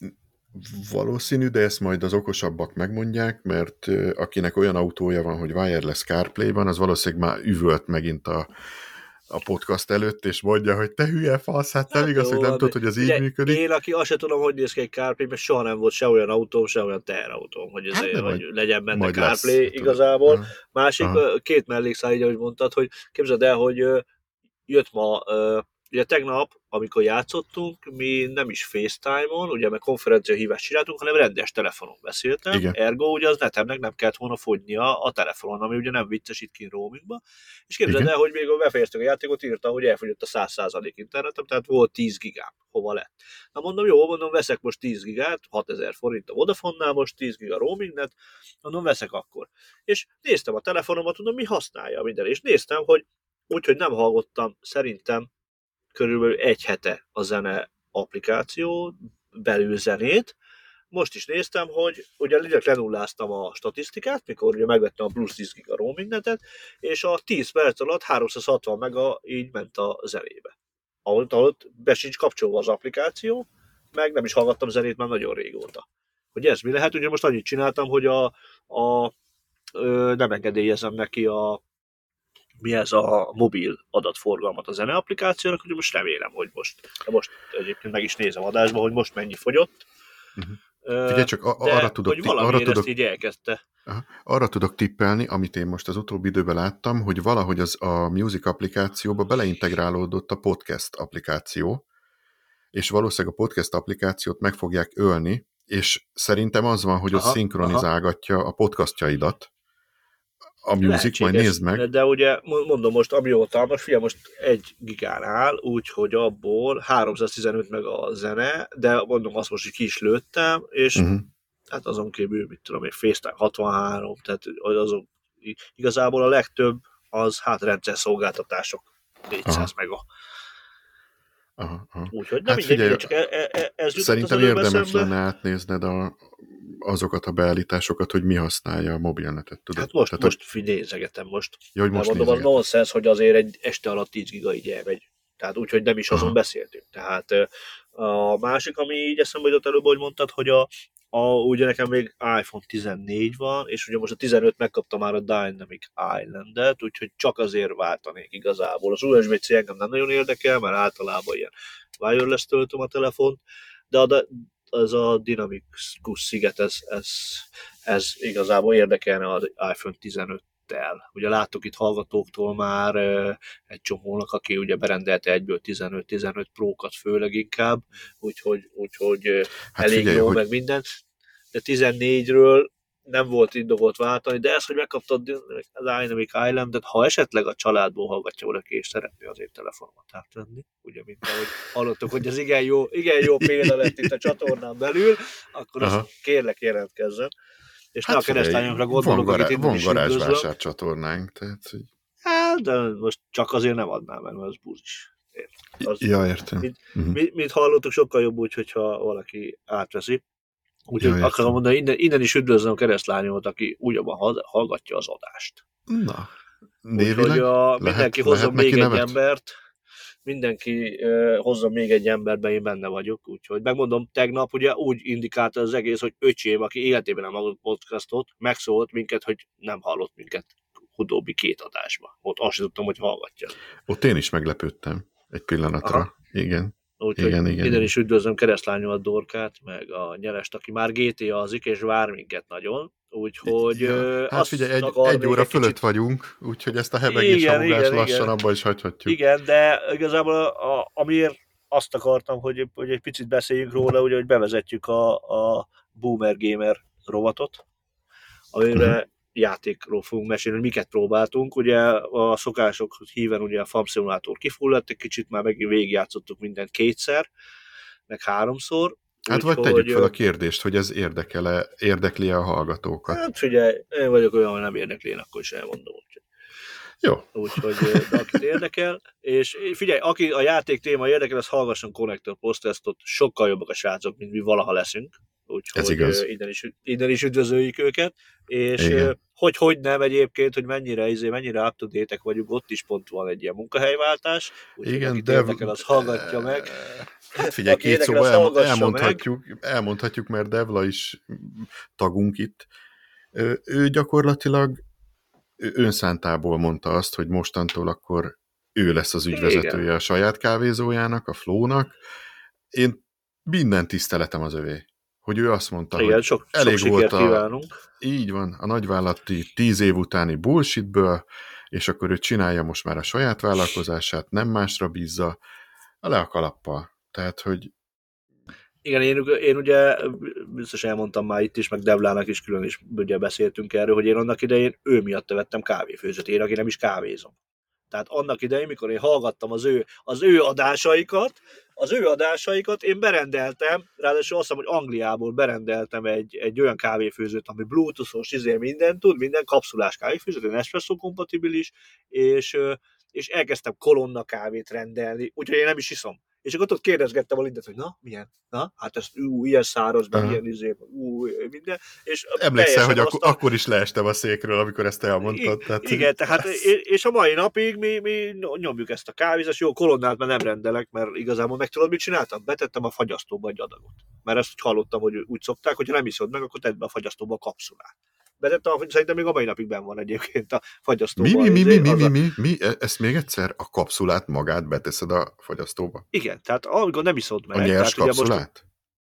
Speaker 2: Valószínű, de ezt majd az okosabbak megmondják, mert akinek olyan autója van, hogy Wireless CarPlay van, az valószínűleg már üvölt megint a, a podcast előtt, és mondja, hogy te hülye fasz, hát nem hát igaz, jó, hogy nem tudod, hogy az így működik.
Speaker 1: Én, aki azt sem tudom, hogy néz ki egy CarPlay, mert soha nem volt se olyan autóm, se olyan teherautóm, hogy, hát hogy majd, legyen benne CarPlay lesz, igazából. Tudom. Másik, aha. két mellékszál, így ahogy mondtad, hogy képzeld el, hogy jött ma, ugye tegnap, amikor játszottunk, mi nem is FaceTime-on, ugye meg konferencia hívást csináltunk, hanem rendes telefonon beszéltem. Igen. Ergo ugye az netemnek nem kellett volna fogynia a telefonon, ami ugye nem vicces itt kint roamingba. És képzeld el, hogy még befejeztük a játékot, írta, hogy elfogyott a száz százalék internetem, tehát volt tíz gigám. Hova lett? Na mondom, jó, mondom, veszek most tíz gigát, hatezer forint a Vodafone-nál, most tíz giga roamingnet, mondom, veszek akkor. És néztem a telefonomat, mondom, mi használja minden. És néztem, hogy úgyhogy nem hallottam szerintem körülbelül egy hete a zene applikáció, belül zenét. Most is néztem, hogy ugye lenulláztam a statisztikát, mikor ugye megvettem a plusz tíz giga roamingnetet, és a tíz perc alatt háromszázhatvan mega így ment a zenébe. Ahol, ahol be sincs kapcsolva az applikáció, meg nem is hallgattam zenét már nagyon régóta. Hogy ez mi lehet? Ugye most annyit csináltam, hogy a, a ö, nem engedélyezem neki a mi ez a mobil adatforgalmat a zene applikációnak, hogy most remélem, hogy most, de most egyébként meg is nézem adásban, hogy most mennyi fogyott.
Speaker 2: Uh-huh. Figyelj csak, a, de, arra tudok...
Speaker 1: hogy valamiért arra tudok, ezt így elkezdte.
Speaker 2: Aha, arra tudok tippelni, amit én most az utóbbi időben láttam, hogy valahogy az a Music applikációba beleintegrálódott a podcast applikáció, és valószínűleg a podcast applikációt meg fogják ölni, és szerintem az van, hogy aha, ott szinkronizálgatja aha. a podcastjaidat, a Music, lehetséges, majd nézd meg.
Speaker 1: De ugye mondom most, amióta, most figyelj, most egy gigán áll, úgyhogy abból háromszáztizenöt meg a zene, de mondom azt most, hogy ki is lőttem, és uh-huh. hát azon kívül, mit tudom én, FaceTime hatvanhárom, tehát azon, igazából a legtöbb az hát rendszerszolgáltatások négyszáz aha. mega.
Speaker 2: Aha, aha.
Speaker 1: Úgyhogy nem
Speaker 2: hát
Speaker 1: mindegy, figyelj, csak e, e, ez
Speaker 2: szerintem érdemes lenne átnézned a azokat a beállításokat, hogy mi használja a mobilnetet, tudod?
Speaker 1: Hát most,
Speaker 2: Tehát,
Speaker 1: most figyelj, nézegetem most.
Speaker 2: Jó, hogy most
Speaker 1: mondom, az
Speaker 2: nézegetem.
Speaker 1: nonsens, hogy azért egy este alatt tíz giga így elmegy. Tehát úgy, hogy nem is azon
Speaker 2: Aha.
Speaker 1: beszéltünk. Tehát a másik, ami így eszembe jutott előbb, hogy mondtad, hogy a, a, ugye nekem még iPhone tizennégy van, és ugye most a tizenöt megkapta már a Dynamic Island-et, úgyhogy csak azért váltanék igazából. Az u es bé-C engem nem nagyon érdekel, mert általában ilyen wireless töltöm a telefont, de a, az a Dynamicus sziget, ez, ez, ez igazából érdekelne az iPhone tizenöttel. Ugye láttuk itt hallgatóktól már egy csomónak, aki ugye berendelte egyből tizenöt tizenöt Pro-kat főleg inkább, úgyhogy, úgyhogy hát elég figyelj, jó, hogy... meg minden. De tizennégyről nem volt indokolt váltani, de ez, hogy megkaptad a Dynamic Island-et, ha esetleg a családból hallgatja valaki, és szeretné azért telefonomat átvenni, ugye, mint ahogy hallottuk, hogy ez igen jó, igen jó példa lett itt a csatornán belül, akkor Aha. azt kérlek jelentkezzen. És hát ne a keresztányokra gondolok,
Speaker 2: van
Speaker 1: akit
Speaker 2: gará- van garázsvásár csatornánk, tehát... Hogy...
Speaker 1: Hát, de most csak azért nem adnám, mert az búzis.
Speaker 2: Az, ja, értem.
Speaker 1: Mint, uh-huh. mint, mint hallottuk, sokkal jobb úgy, hogyha valaki átveszi. Úgyhogy
Speaker 2: ja,
Speaker 1: akarom mondani, innen, innen is üdvözlöm a keresztlányomat, aki ugyabban hallgatja az adást.
Speaker 2: Na, névileg
Speaker 1: Úgyhogy a,
Speaker 2: lehet,
Speaker 1: mindenki hozzon még
Speaker 2: nevet?
Speaker 1: egy embert, mindenki uh, hozzon még egy emberben, én benne vagyok. Úgyhogy megmondom, tegnap ugye úgy indikálta az egész, hogy öcsém, aki életében nem hallott podcastot, megszólt minket, hogy nem hallott minket utóbbi két adásban. Ott azt sem tudtam, hogy hallgatja.
Speaker 2: Ott én is meglepődtem egy pillanatra. Aha. Igen.
Speaker 1: Úgyhogy igen, igen, innen is üdvözlöm keresztlányomat, Dorkát, meg a Nyelest, aki már gé té á-azik, és vár minket nagyon. Úgyhogy
Speaker 2: ja. Hát figyelj, egy, egy óra egy fölött kicsit... vagyunk, úgyhogy ezt a hebegés hamugást lassan igen. abba is hagyhatjuk.
Speaker 1: Igen, de igazából a, a, amiért azt akartam, hogy, hogy egy picit beszéljünk róla, ugye, hogy bevezetjük a, a Boomer Gamer rovatot, amire uh-huh. játékról fogunk mesélni, hogy miket próbáltunk. Ugye a szokások híven ugye a Farm Simulator kifulladt, egy kicsit már megint végigjátszottuk mindent kétszer, meg háromszor.
Speaker 2: Hát vagy tegyük fel a kérdést, hogy ez érdekele, érdekli a hallgatókat.
Speaker 1: Hát figyelj, én vagyok olyan, hogy nem érdekli, én akkor is elmondom. Úgyhogy.
Speaker 2: Jó.
Speaker 1: Úgyhogy de akit érdekel, és figyelj, aki a játék téma érdekel, az hallgasson Connector Podcastot, sokkal jobbak a srácok, mint mi valaha leszünk. Úgyhogy innen is, innen is üdvözöljük őket, és igen. hogy hogy nem egyébként, hogy mennyire, izé, mennyire up-to-date-ek vagyunk, ott is pont van egy ilyen munkahelyváltás, úgyhogy igen, akit de... érdekel, az hallgatja meg.
Speaker 2: Hát figyelj, két érdekel, szóba elmond, elmondhatjuk, meg. elmondhatjuk, mert Devla is tagunk itt. Ő, ő gyakorlatilag ő önszántából mondta azt, hogy mostantól akkor ő lesz az ügyvezetője igen. a saját kávézójának, a Flow-nak. Én minden tiszteletem az övé. Hogy ő azt mondta, igen, hogy sok, elég sok volt a... Kívánunk. Így van, a nagyvállalati tíz év utáni bullshitből, és akkor ő csinálja most már a saját vállalkozását, nem másra bízza, le a kalappal. Tehát, hogy...
Speaker 1: Igen, én, én ugye biztos elmondtam már itt is, meg Devlának is külön is ugye beszéltünk erről, hogy én annak idején ő miatt vettem kávéfőzőt, én, aki nem is kávézom. Tehát annak idején, mikor én hallgattam az ő, az ő adásaikat, az ő adásaikat én berendeltem, ráadásul azt hiszem, hogy Angliából berendeltem egy, egy olyan kávéfőzőt, ami bluetoothos, izé minden tud, minden kapszulás kávéfőzőt, egy espresso kompatibilis, és, és elkezdtem kolonna kávét rendelni, úgyhogy én nem is iszom. És akkor ott kérdezgettem a Lindet, hogy na, milyen? Na, hát ez ú, ilyen száraz, meg uh-huh. ilyen izé, ú, minden. És
Speaker 2: emlékszel, hogy ak- akkor is leestem a székről, amikor ezt elmondtad.
Speaker 1: I-
Speaker 2: tehát...
Speaker 1: Igen, tehát és a mai napig mi, mi nyomjuk ezt a kávézást, jó, kolonnát már nem rendelek, mert igazából meg tudod, mit csináltam? Betettem a fagyasztóba egy adagot. Mert ezt hallottam, hogy úgy szokták, hogy ha nem iszod meg, akkor tedd be a fagyasztóba a kapszulát. Betettem, szerintem még a mai napig benn van egyébként a fagyasztóban.
Speaker 2: Mi, mi, mi, mi, mi, mi, mi, ezt még egyszer? A kapszulát magát beteszed a fagyasztóba?
Speaker 1: Igen, tehát amikor nem iszod meg.
Speaker 2: A nyers
Speaker 1: tehát,
Speaker 2: kapszulát?
Speaker 1: Most,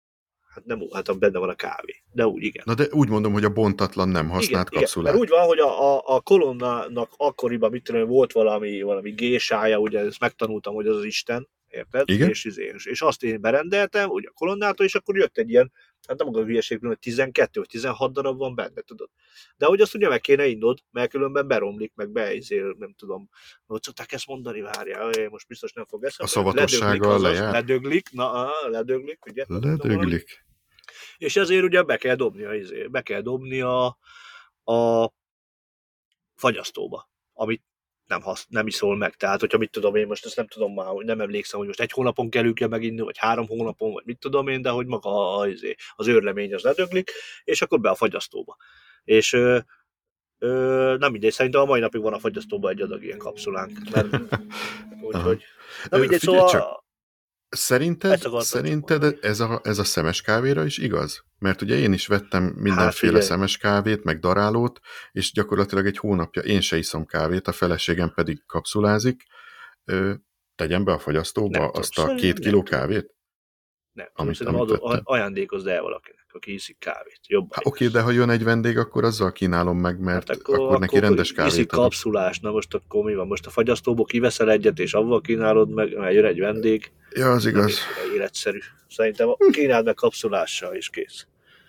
Speaker 1: hát nem, hát benne van a kávé, de úgy igen.
Speaker 2: Na de úgy mondom, hogy a bontatlan nem használt
Speaker 1: igen,
Speaker 2: kapszulát.
Speaker 1: Igen, mert úgy van, hogy a, a, a kolonnának akkoriban, mit tudom, volt valami, valami gésája, ugye ezt megtanultam, hogy az az Isten, érted?
Speaker 2: Igen?
Speaker 1: És, és, és azt én berendeltem, ugye a kolonnától, és akkor jött egy ilyen, hát nem akarom hülyeségben, hogy tizenkettő vagy tizenhat darab van benne, tudod. De hogy azt ugye meg kéne innod, mert különben beromlik, meg beizél, nem tudom, hogy szokták ezt mondani, várjál, most biztos nem fog eszembe.
Speaker 2: A szavatossággal lejár.
Speaker 1: Ledöglik, na, ledöglik, ugye?
Speaker 2: Ledöglik.
Speaker 1: És ezért ugye be kell dobni a, be kell dobni a, a fagyasztóba, amit nem, hasz, nem iszol meg. Tehát, hogyha mit tudom én, most ezt nem tudom már, hogy nem emlékszem, hogy most egy hónapon kell őkje meginni, vagy három hónapon, vagy mit tudom én, de hogy maga az, az őrlemény az ledöglik, és akkor be a fagyasztóba. És ö, ö, nem mindegy, szerintem a mai napig van a fagyasztóban egy adag ilyen kapszulánk. Mert, úgyhogy, nem mindegy,
Speaker 2: Figyelj
Speaker 1: szóval...
Speaker 2: csak, szerinted, szerinted ez, a, ez a szemes kávéra is igaz? Mert ugye én is vettem mindenféle hát szemes kávét, meg darálót, és gyakorlatilag egy hónapja én se iszom kávét, a feleségem pedig kapszulázik. Ö, tegyem be a fagyasztóba nem azt tudom, a két kiló kávét?
Speaker 1: Nem, amit, tudom, amit adó, ajándékozd el valakinek, aki iszik kávét. Jobban
Speaker 2: hát oké, de ha jön egy vendég, akkor azzal kínálom meg, mert hát akkor, akkor, akkor neki rendes kávét
Speaker 1: iszik kapszulás, na most akkor mi van? Most a fagyasztóból kiveszel egyet, és avval kínálod meg, mert jön egy vendég.
Speaker 2: Ja, az igaz.
Speaker 1: Nem életszerű. Szerintem kínáld meg kapszulással, és kész.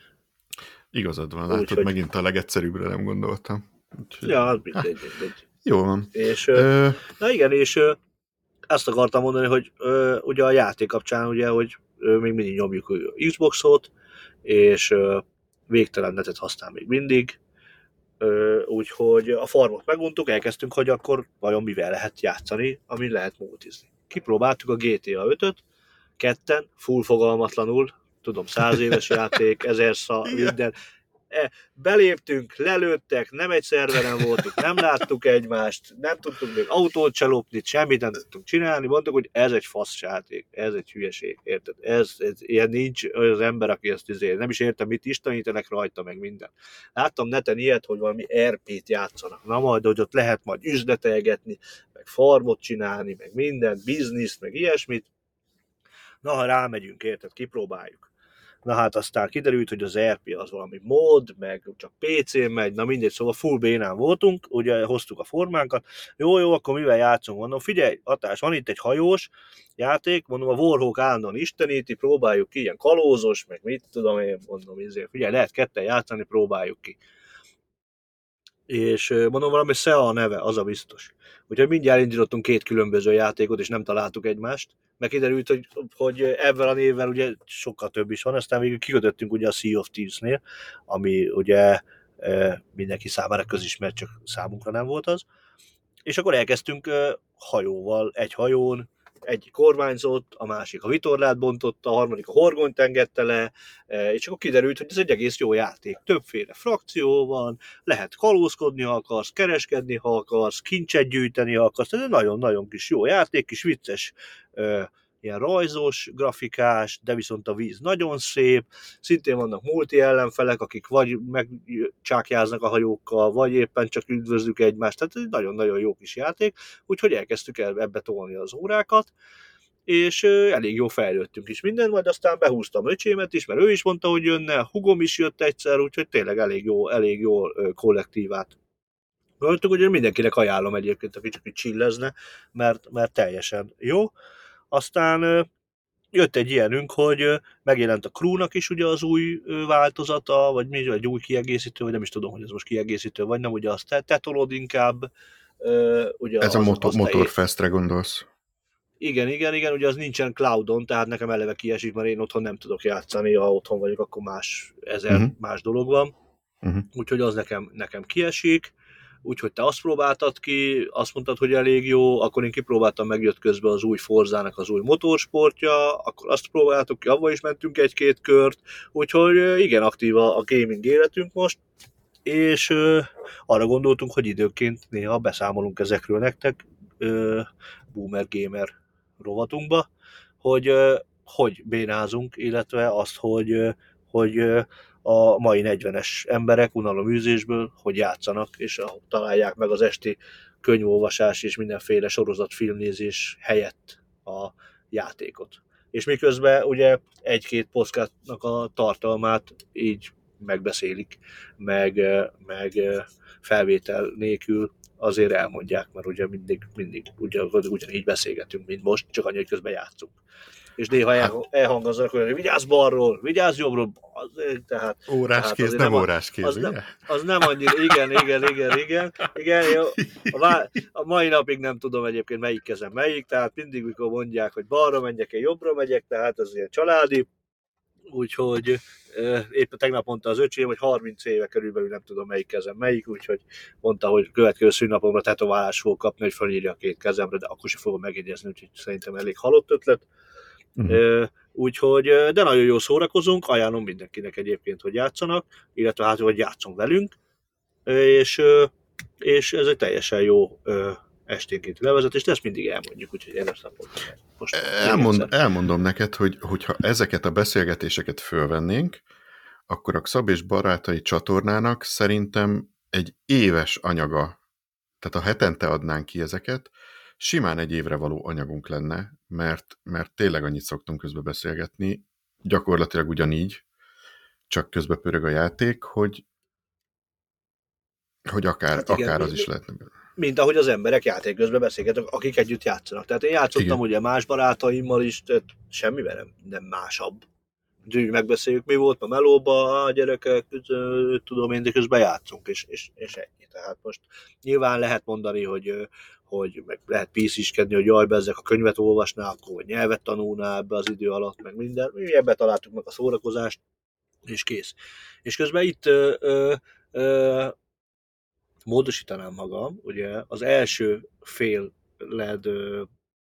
Speaker 2: Igazad van, látod, hogy... megint a legegyszerűbbre nem gondoltam.
Speaker 1: Úgyhogy... Ja, mindegy, mindegy.
Speaker 2: Jó van.
Speaker 1: És, Ö... Na igen, és azt akartam mondani, hogy ö, ugye a játék kapcsán, ugye, hogy ö, még mindig nyomjuk Xboxot, és ö, végtelen netet használ még mindig, ö, úgyhogy a farmot meguntuk, elkezdtünk, hogy akkor vajon mivel lehet játszani, amin lehet multizni. Kipróbáltuk a gé té á ötöt, ketten, full fogalmatlanul, tudom, száz éves játék, ezer szá, minden. Beléptünk, lelőttek, nem egy szerveren voltunk, nem láttuk egymást, nem tudtunk még autót se lopni, semmit nem tudtunk csinálni, mondtuk, hogy ez egy fasz játék, ez egy hülyeség, érted? Ez, ez ilyen nincs az ember, aki ezt izé, nem is értem, mit istenítenek rajta, meg minden. Láttam neten ilyet, hogy valami er pét játszanak, na majd, hogy ott lehet majd üzletelgetni, meg farmot csinálni, meg minden, bizniszt, meg ilyesmit. Na, ha rámegyünk, érted, kipróbáljuk. Na hát aztán kiderült, hogy az er pé az valami mód, meg csak pé cén megy, na mindegy, szóval full bénán voltunk, ugye hoztuk a formánkat, jó, jó, akkor mivel játszunk? Mondom, figyelj, Atás, van itt egy hajós játék, mondom, a Warhawk állandóan isteníti, próbáljuk ki, ilyen kalózos, meg mit tudom én, mondom, izé, figyelj, lehet ketten játszani, próbáljuk ki. És mondom, valami Szea a neve, az a biztos. Úgyhogy mindjárt indítottunk két különböző játékot, és nem találtuk egymást. Meg kiderült, hogy, hogy ebben a névvel ugye sokkal több is van, aztán végül kikötöttünk ugye a Sea of Thieves-nél, ami ugye mindenki számára közismert, csak számunkra nem volt az. És akkor elkezdtünk hajóval, egy hajón, egyik kormányzott, a másik a vitorlát bontotta, a harmadik a horgonyt engedte le, és akkor kiderült, hogy ez egy egész jó játék. Többféle frakció van, lehet kalózkodni, ha akarsz, kereskedni, ha akarsz, kincset gyűjteni, ha akarsz. Ez egy nagyon-nagyon kis jó játék, kis vicces, ilyen rajzos, grafikás, de viszont a víz nagyon szép, szintén vannak multi ellenfelek, akik vagy megcsákjáznak a hajókkal, vagy éppen csak üdvözlük egymást, tehát ez egy nagyon-nagyon jó kis játék, úgyhogy elkezdtük el ebbe tolni az órákat, és elég jó fejlődtünk is minden, majd aztán behúztam öcsémet is, mert ő is mondta, hogy jönne, hugom is jött egyszer, úgyhogy tényleg elég jó, elég jó kollektívát. Mondtuk, hogy mindenkinek ajánlom egyébként, aki csak így chillezne, mert, mert teljesen jó. Aztán jött egy ilyenünk, hogy megjelent a Crew-nak is ugye az új változata, vagy mi, egy új kiegészítő, vagy nem is tudom, hogy ez most kiegészítő, vagy nem, ugye azt te, te tolod inkább. Ugye
Speaker 2: ez az, a motor, Motorfestre gondolsz.
Speaker 1: Igen, igen, igen, ugye az nincsen cloudon, tehát nekem eleve kiesik, mert én otthon nem tudok játszani, ha otthon vagyok, akkor más ezer uh-huh. más dolog van. Uh-huh. Úgyhogy az nekem, nekem kiesik. Úgyhogy te azt próbáltad ki, azt mondtad, hogy elég jó, akkor én kipróbáltam, megjött közben az új Forzának az új motorsportja, akkor azt próbáltuk ki, avval is mentünk egy-két kört, úgyhogy igen, aktív a, a gaming életünk most, és ö, arra gondoltunk, hogy időként néha beszámolunk ezekről nektek, ö, Boomer Gamer rovatunkba, hogy ö, hogy bénázunk, illetve azt, hogy, ö, hogy ö, a mai negyvenes emberek unaloműzésből, hogy játszanak, és találják meg az esti könyvolvasás és mindenféle sorozatfilmnézés helyett a játékot. És miközben ugye egy-két podcastnak a tartalmát így megbeszélik, meg, meg felvétel nélkül azért elmondják, mert ugye mindig, mindig ugyan, ugyanígy beszélgetünk, mint most, csak annyi, hogy közben játszunk. És néha el, elhangoznak, hogy vigyázz balról, vigyázz jobbról, azért, tehát...
Speaker 2: Óráskéz, nem óráskéz,
Speaker 1: az, nem, az nem annyira, igen, igen, igen, igen, igen, jó. A, a mai napig nem tudom egyébként melyik kezem melyik, tehát mindig, mikor mondják, hogy balra menjek, én jobbra megyek, tehát az ilyen családi, úgyhogy éppen tegnap mondta az öcsém, hogy harminc éve körülbelül nem tudom melyik kezem melyik, úgyhogy mondta, hogy következő szünnapomra tetoválás fog kapni, hogy felírja a két kezemre, de akkor sem fogom megjegyezni, úgyhogy szerintem elég halott ötlet. Uh-huh. Úgyhogy, de nagyon jól szórakozunk, ajánlom mindenkinek egyébként, hogy játszanak, illetve hát, hogy játszon velünk, és, és ez egy teljesen jó esténkénti levezetés, de ezt mindig elmondjuk, úgyhogy én ezt most
Speaker 2: Elmond, elmondom neked, hogy hogyha ezeket a beszélgetéseket fölvennénk, akkor a Xab és Barátai csatornának szerintem egy éves anyaga, tehát a hetente adnánk ki ezeket, simán egy évre való anyagunk lenne, mert, mert tényleg annyit szoktunk közbe beszélgetni, gyakorlatilag ugyanígy, csak közbe pörög a játék, hogy, hogy akár, hát igen, akár az mi, is lehetne.
Speaker 1: Mint ahogy az emberek játék közben beszélgetnek, akik együtt játszanak. Tehát én játszottam igen. ugye más barátaimmal is, tehát semmivel nem, nem másabb. Úgyhogy megbeszéljük, mi volt a melóba, a gyerekek, tudom én, de közben játszunk, és, és, és ennyi. Tehát most nyilván lehet mondani, hogy, hogy meg lehet pisziskedni, hogy jaj, bezzek a könyvet olvasná, akkor vagy nyelvet tanulná ebbe az idő alatt, meg minden. Mi ebbe találtuk meg a szórakozást, és kész. És közben itt ö, ö, ö, módosítanám magam, ugye az első fél led ö,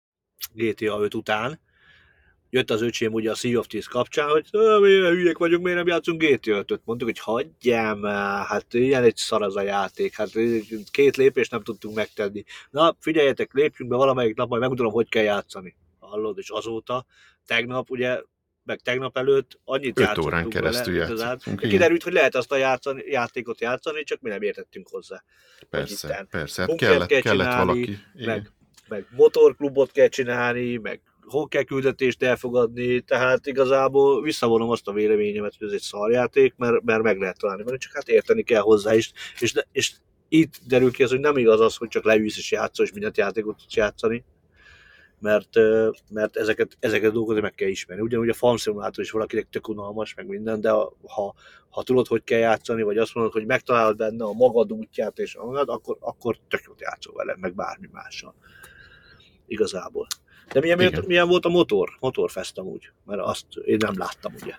Speaker 1: gé té á öt után, jött az öcsém ugye a Sea of Thieves kapcsán, hogy milyen hülyék vagyunk, miért nem játszunk gé té á ötöt. Mondtuk, hogy hagyjál már, hát ilyen egy szar az a játék, hát két lépést nem tudtunk megtenni. Na, figyeljetek, lépjünk be valamelyik nap, majd megmutatom, hogy kell játszani. Hallod, és azóta, tegnap ugye, meg tegnap előtt annyit
Speaker 2: játszottunk öt órán keresztül játszottunk.
Speaker 1: Kiderült, hogy lehet azt a játszani, játékot játszani, csak mi nem értettünk hozzá.
Speaker 2: Persze, persze, hát kellett, kell kellett csinálni, valaki.
Speaker 1: Meg, meg motorklubot kell csinálni, meg hol kell küldetést elfogadni, tehát igazából visszavonom azt a véleményemet, hogy ez egy szarjáték, mert, mert meg lehet találni, mert csak hát érteni kell hozzá is, és, és itt derül ki az, hogy nem igaz az, hogy csak leülsz és játszol, és mindent játékot tudsz játszani, mert, mert ezeket, ezeket a dolgokat meg kell ismerni. Ugyanúgy a Farm Simulator is valakinek tök unalmas, meg minden, de ha, ha tudod, hogy kell játszani, vagy azt mondod, hogy megtalálod benne a magad útját, és akkor, akkor tök jót játszol vele, meg bármi mással. Igazából. De milyen, milyen volt a motor? Motorfest amúgy? Mert azt én nem láttam, ugye.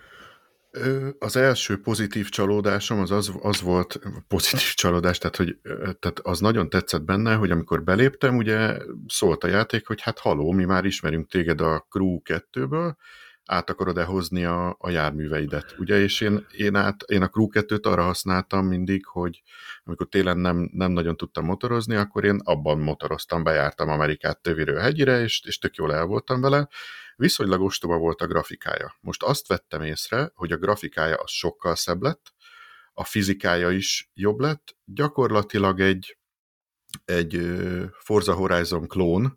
Speaker 2: Az első pozitív csalódásom az, az, az volt, pozitív csalódás, tehát, hogy, tehát az nagyon tetszett benne, hogy amikor beléptem, ugye szólt a játék, hogy hát haló, mi már ismerünk téged a Crew kettőből, át akarod-e hozni a, a járműveidet, ugye, és én, én, át, én a Crew kettőt arra használtam mindig, hogy amikor télen nem, nem nagyon tudtam motorozni, akkor én abban motoroztam, bejártam Amerikát töviről hegyire, és, és tök jól el voltam vele. Viszonylag ostoba volt a grafikája. Most azt vettem észre, hogy a grafikája az sokkal szebb lett, a fizikája is jobb lett, gyakorlatilag egy, egy Forza Horizon klón,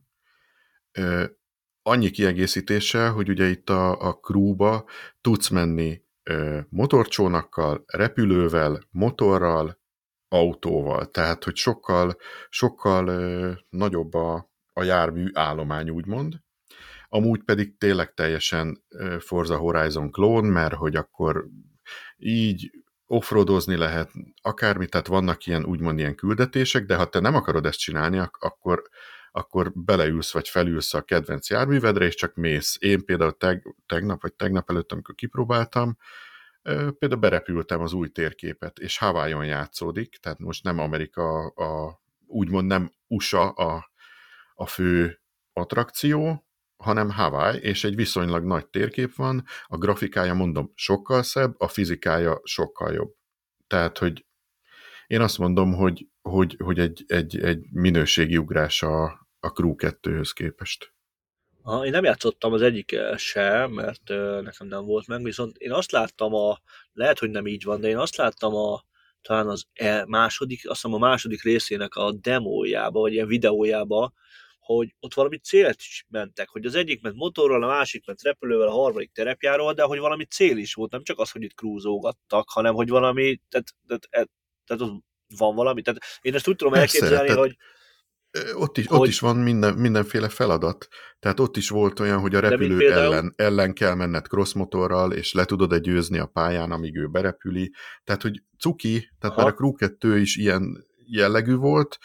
Speaker 2: annyi kiegészítéssel, hogy ugye itt a, a Crew-ba tudsz menni motorcsónakkal, repülővel, motorral, autóval, tehát hogy sokkal, sokkal nagyobb a, a jármű állomány, úgymond. Amúgy pedig tényleg teljesen Forza Horizon klón, mert hogy akkor így offroadozni lehet akármi, tehát vannak ilyen úgymond ilyen küldetések, de ha te nem akarod ezt csinálni, akkor, akkor beleülsz vagy felülsz a kedvenc járművedre, és csak mész. Én például teg, tegnap vagy tegnap előtt, amikor kipróbáltam, például berepültem az új térképet, és Hawaiion játszódik, tehát most nem Amerika, a, úgymond nem u es á a, a fő attrakció, hanem Hawaii, és egy viszonylag nagy térkép van, a grafikája, mondom, sokkal szebb, a fizikája sokkal jobb. Tehát, hogy én azt mondom, hogy, hogy, hogy egy, egy, egy minőségi ugrás a, a Crew kettőhöz képest.
Speaker 1: Ha, én nem játszottam az egyik sem, mert uh, nekem nem volt meg, viszont én azt láttam a, lehet, hogy nem így van, de én azt láttam a, talán az e második, azt hiszem a második részének a demójába, vagy ilyen videójába, hogy ott valami célt is mentek, hogy az egyik ment motorral, a másik ment repülővel, a harmadik terepjáról, de hogy valami cél is volt, nem csak az, hogy itt krúzógattak, hanem hogy valami, tehát, tehát, tehát ott van valami, tehát én ezt úgy tudom elképzelni,
Speaker 2: tehát,
Speaker 1: hogy
Speaker 2: ott is, hogy ott is van minden, mindenféle feladat, tehát ott is volt olyan, hogy a repülő például... ellen, ellen kell menned crossmotorral, és le tudod-e győzni a pályán, amíg ő berepüli, tehát hogy cuki, tehát már a Crew kettő is ilyen jellegű volt,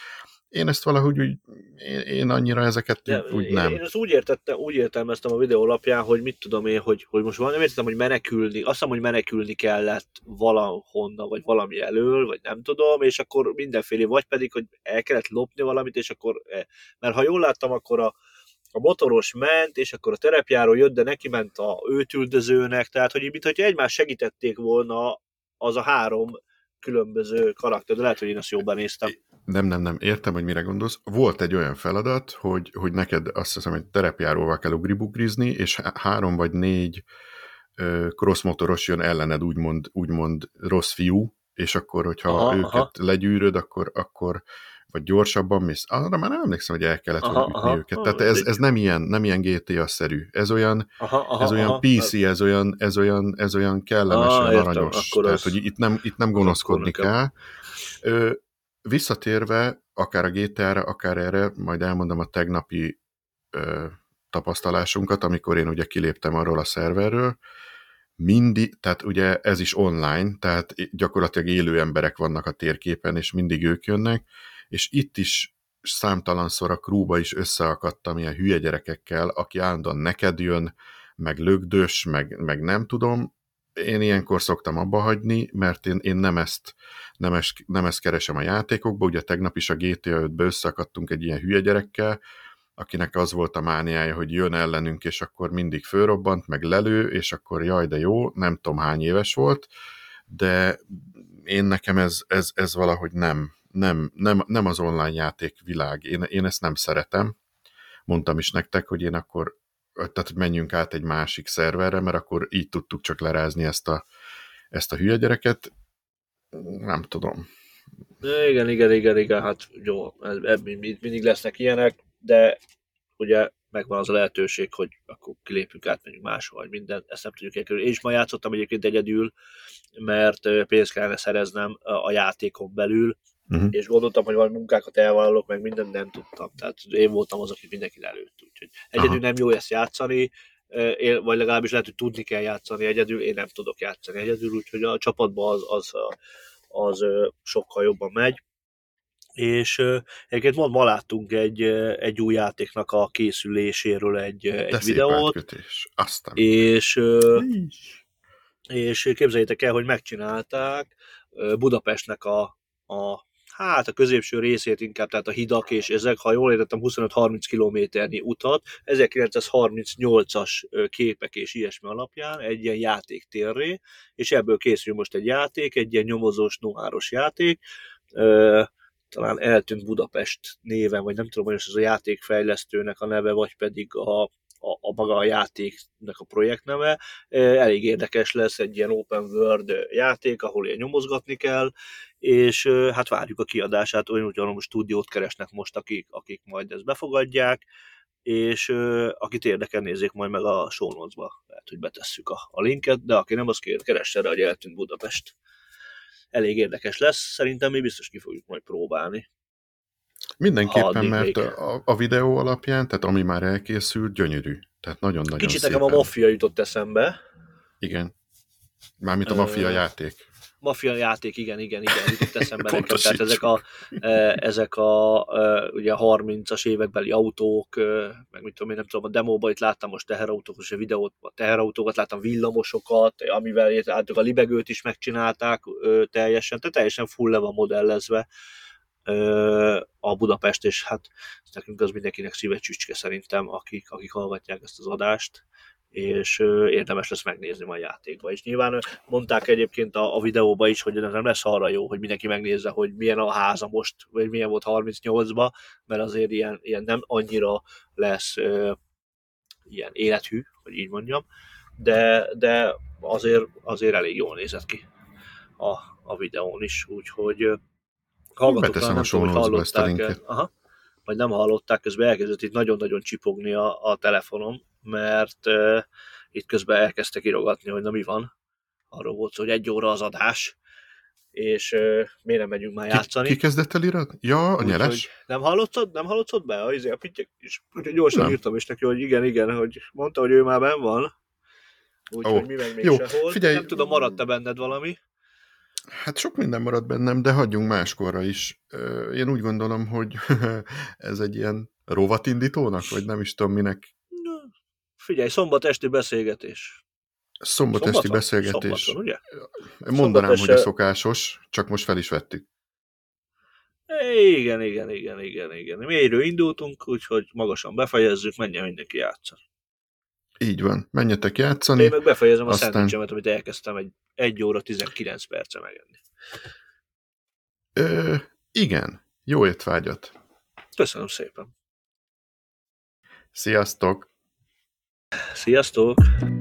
Speaker 2: én ezt valahogy úgy, én, én annyira ezeket
Speaker 1: De
Speaker 2: úgy, úgy
Speaker 1: én,
Speaker 2: nem.
Speaker 1: én ezt úgy, értettem, úgy értelmeztem a videó alapján, hogy mit tudom én, hogy, hogy most van, nem értettem, hogy menekülni, azt hiszem, hogy menekülni kellett valahonnan, vagy valami elől, vagy nem tudom, és akkor mindenféle, vagy pedig, hogy el kellett lopni valamit, és akkor, mert ha jól láttam, akkor a, a motoros ment, és akkor a terepjáró jött, de neki ment a őt üldözőnek, tehát, hogy mint hogy egymást segítették volna az a három különböző karakter, de lehet, hogy én ezt jobban néztem.
Speaker 2: Nem, nem, nem, értem, hogy mire gondolsz. Volt egy olyan feladat, hogy, hogy neked azt hiszem, hogy terepjáróval kell ugribugrizni, és három vagy négy crossmotoros jön ellened, úgymond, úgymond rossz fiú, és akkor, hogyha aha, őket aha. legyűröd, akkor, akkor vagy gyorsabban mész. Arra már nem emlékszem, hogy el kellett volna ütni aha, őket. Aha, Tehát ez, ez nem ilyen, nem ilyen gé té á-szerű. Ez olyan, aha, aha, ez olyan aha, pé cé, ez olyan, ez olyan, ez olyan kellemes, ah, olyan értem, aranyos. Tehát, az, hogy itt nem, itt nem gonoszkodni kell. Ö, visszatérve, akár a gé té á-ra, akár erre, majd elmondom a tegnapi ö, tapasztalásunkat, amikor én ugye kiléptem arról a szerverről, mindig, tehát ugye ez is online, tehát gyakorlatilag élő emberek vannak a térképen, és mindig ők jönnek, és itt is számtalanszor a crewba is összeakadtam ilyen hülye gyerekekkel, aki állandóan neked jön, meg lögdös, meg, meg nem tudom. Én ilyenkor szoktam abba hagyni, mert én, én nem, ezt, nem, ezt, nem ezt keresem a játékokba, ugye tegnap is a gé té á ötbe összeakadtunk egy ilyen hülye gyerekkel, akinek az volt a mániája, hogy jön ellenünk, és akkor mindig fölrobbant, meg lelő, és akkor jaj, de jó, nem tudom hány éves volt, de én nekem ez, ez, ez valahogy nem, nem, nem, nem az online játék világ. Én, én ezt nem szeretem. Mondtam is nektek, hogy én akkor, tehát hogy menjünk át egy másik szerverre, mert akkor így tudtuk csak lerázni ezt a, ezt a hülye gyereket. Nem tudom.
Speaker 1: Igen, igen, igen, igen, hát jó, mindig lesznek ilyenek, de ugye megvan az a lehetőség, hogy akkor kilépünk át, menjünk máshol, vagy minden, ezt nem tudjuk elkerülni. Én is ma játszottam egyébként egyedül, mert pénzt kellene szereznem a játékon belül, uh-huh. és gondoltam, hogy valami munkákat elvállalok, meg mindent nem tudtam. Tehát én voltam az, aki mindenki előtt. Úgyhogy egyedül aha. nem jó ezt játszani, én, vagy legalábbis lehet, hogy tudni kell játszani egyedül, én nem tudok játszani egyedül, úgyhogy a csapatban az, az, az, az sokkal jobban megy. És uh, egyébként mond, ma láttunk egy, egy új játéknak a készüléséről egy, egy videót,
Speaker 2: aztán
Speaker 1: és, uh, és képzeljétek el, hogy megcsinálták uh, Budapestnek a, a, hát a középső részét inkább, tehát a hidak és ezek, ha jól értettem, huszonöt-harminc kilométernyi utat, ezerkilencszázharmincnyolcas képek és ilyesmi alapján egy ilyen játéktérré, és ebből készül most egy játék, egy ilyen nyomozós, noáros játék, uh, talán Eltűnt Budapest néven, vagy nem tudom, hogy ez a játékfejlesztőnek a neve, vagy pedig a, a, a maga a játéknak a projekt neve. Elég érdekes lesz, egy ilyen open world játék, ahol ilyen nyomozgatni kell, és hát várjuk a kiadását, olyan úgy, hogy stúdiót keresnek most, akik, akik majd ezt befogadják, és akit érdekel, nézzék majd meg a show notes-ba, lehet, hogy betesszük a, a linket, de aki nem, az kér, keresse rá, hogy Eltűnt Budapest. Elég érdekes lesz, szerintem mi biztos ki fogjuk majd próbálni.
Speaker 2: Mindenképpen, mert a, a videó alapján, tehát ami már elkészült, gyönyörű. Tehát nagyon-nagyon
Speaker 1: Kicsit
Speaker 2: szépen.
Speaker 1: nekem a Mafia jutott eszembe.
Speaker 2: Igen. Mármint a Mafia uh, játék.
Speaker 1: Mafia játék, igen, igen, igen, jutott eszembe nekem. Tehát ezek a, ezek a ugye harmincas évekbeli autók, meg mit tudom én, nem tudom, a demóban itt láttam most teherautókos videót, a teherautókat láttam, villamosokat, amivel álltuk a libegőt is megcsinálták teljesen, tehát teljesen full le van modellezve a Budapest, és hát nekünk az mindenkinek szívecsücske szerintem, akik, akik hallgatják ezt az adást, és érdemes lesz megnézni majd a játékba. És nyilván mondták egyébként a, a videóban is, hogy nem lesz arra jó, hogy mindenki megnézze, hogy milyen a háza most, vagy milyen volt harmincnyolcban, mert azért ilyen, ilyen nem annyira lesz ö, ilyen élethű, hogy így mondjam, de, de azért, azért elég jól nézett ki a, a videón is, úgyhogy hallgatók, nem tudom, hogy hallották, aha, vagy nem hallották, közben elkezdett itt nagyon-nagyon csipogni a, a telefonom, mert uh, itt közben elkezdtek írogatni, hogy na mi van. Arról volt szó, hogy egy óra az adás, és uh, miért nem megyünk már játszani.
Speaker 2: Ki, ki kezdett el íratni? Ja, a nyeles.
Speaker 1: Úgy, nem hallottad? Nem hallottad be? A, a pittyek is. Úgyhogy gyorsan nem. Írtam is neki, hogy igen, igen, hogy mondta, hogy ő már benn van. Úgyhogy oh. mi meg még
Speaker 2: Jó,
Speaker 1: sehol.
Speaker 2: figyelj.
Speaker 1: Nem tudom, maradt-e benned valami?
Speaker 2: Hát sok minden maradt bennem, de hagyjunk máskorra is. Én úgy gondolom, hogy ez egy ilyen rovatindítónak, vagy nem is tudom minek.
Speaker 1: Figyelj, szombat esti beszélgetés.
Speaker 2: Szombat esti beszélgetés.
Speaker 1: Szombaton, ugye?
Speaker 2: Mondanám, hogy a szokásos, csak most fel is vettük.
Speaker 1: Igen, igen, igen, igen, igen. Mélyről indultunk, úgyhogy magasan befejezzük, menjen mindenki játszani.
Speaker 2: Így van, menjetek játszani.
Speaker 1: Én meg befejezem a aztán... szendvicsemet, amit elkezdtem egy egy óra tizenkilenc perce megenni.
Speaker 2: Ö, igen, jó étvágyat.
Speaker 1: Köszönöm szépen.
Speaker 2: Sziasztok!
Speaker 1: Sziasztok!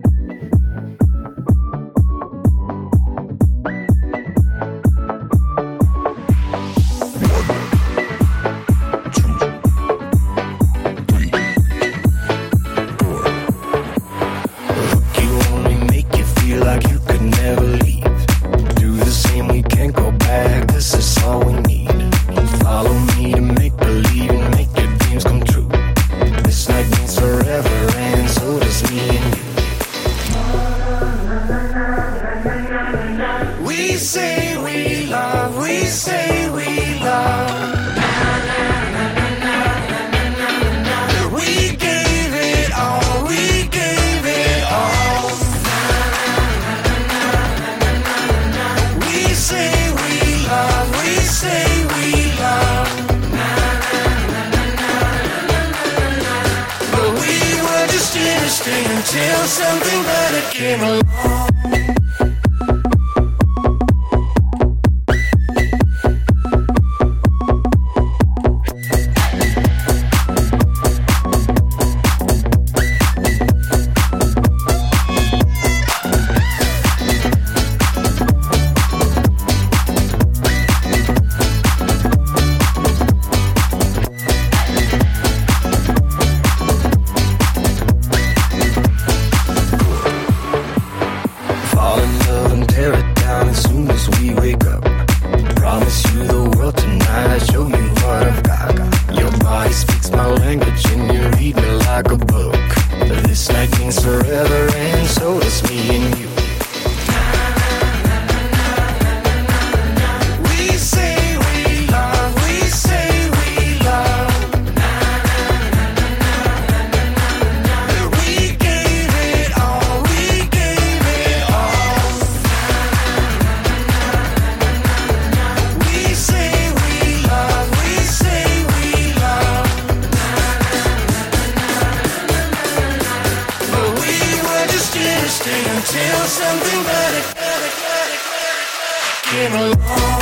Speaker 1: Until something better came along. Until something better came along.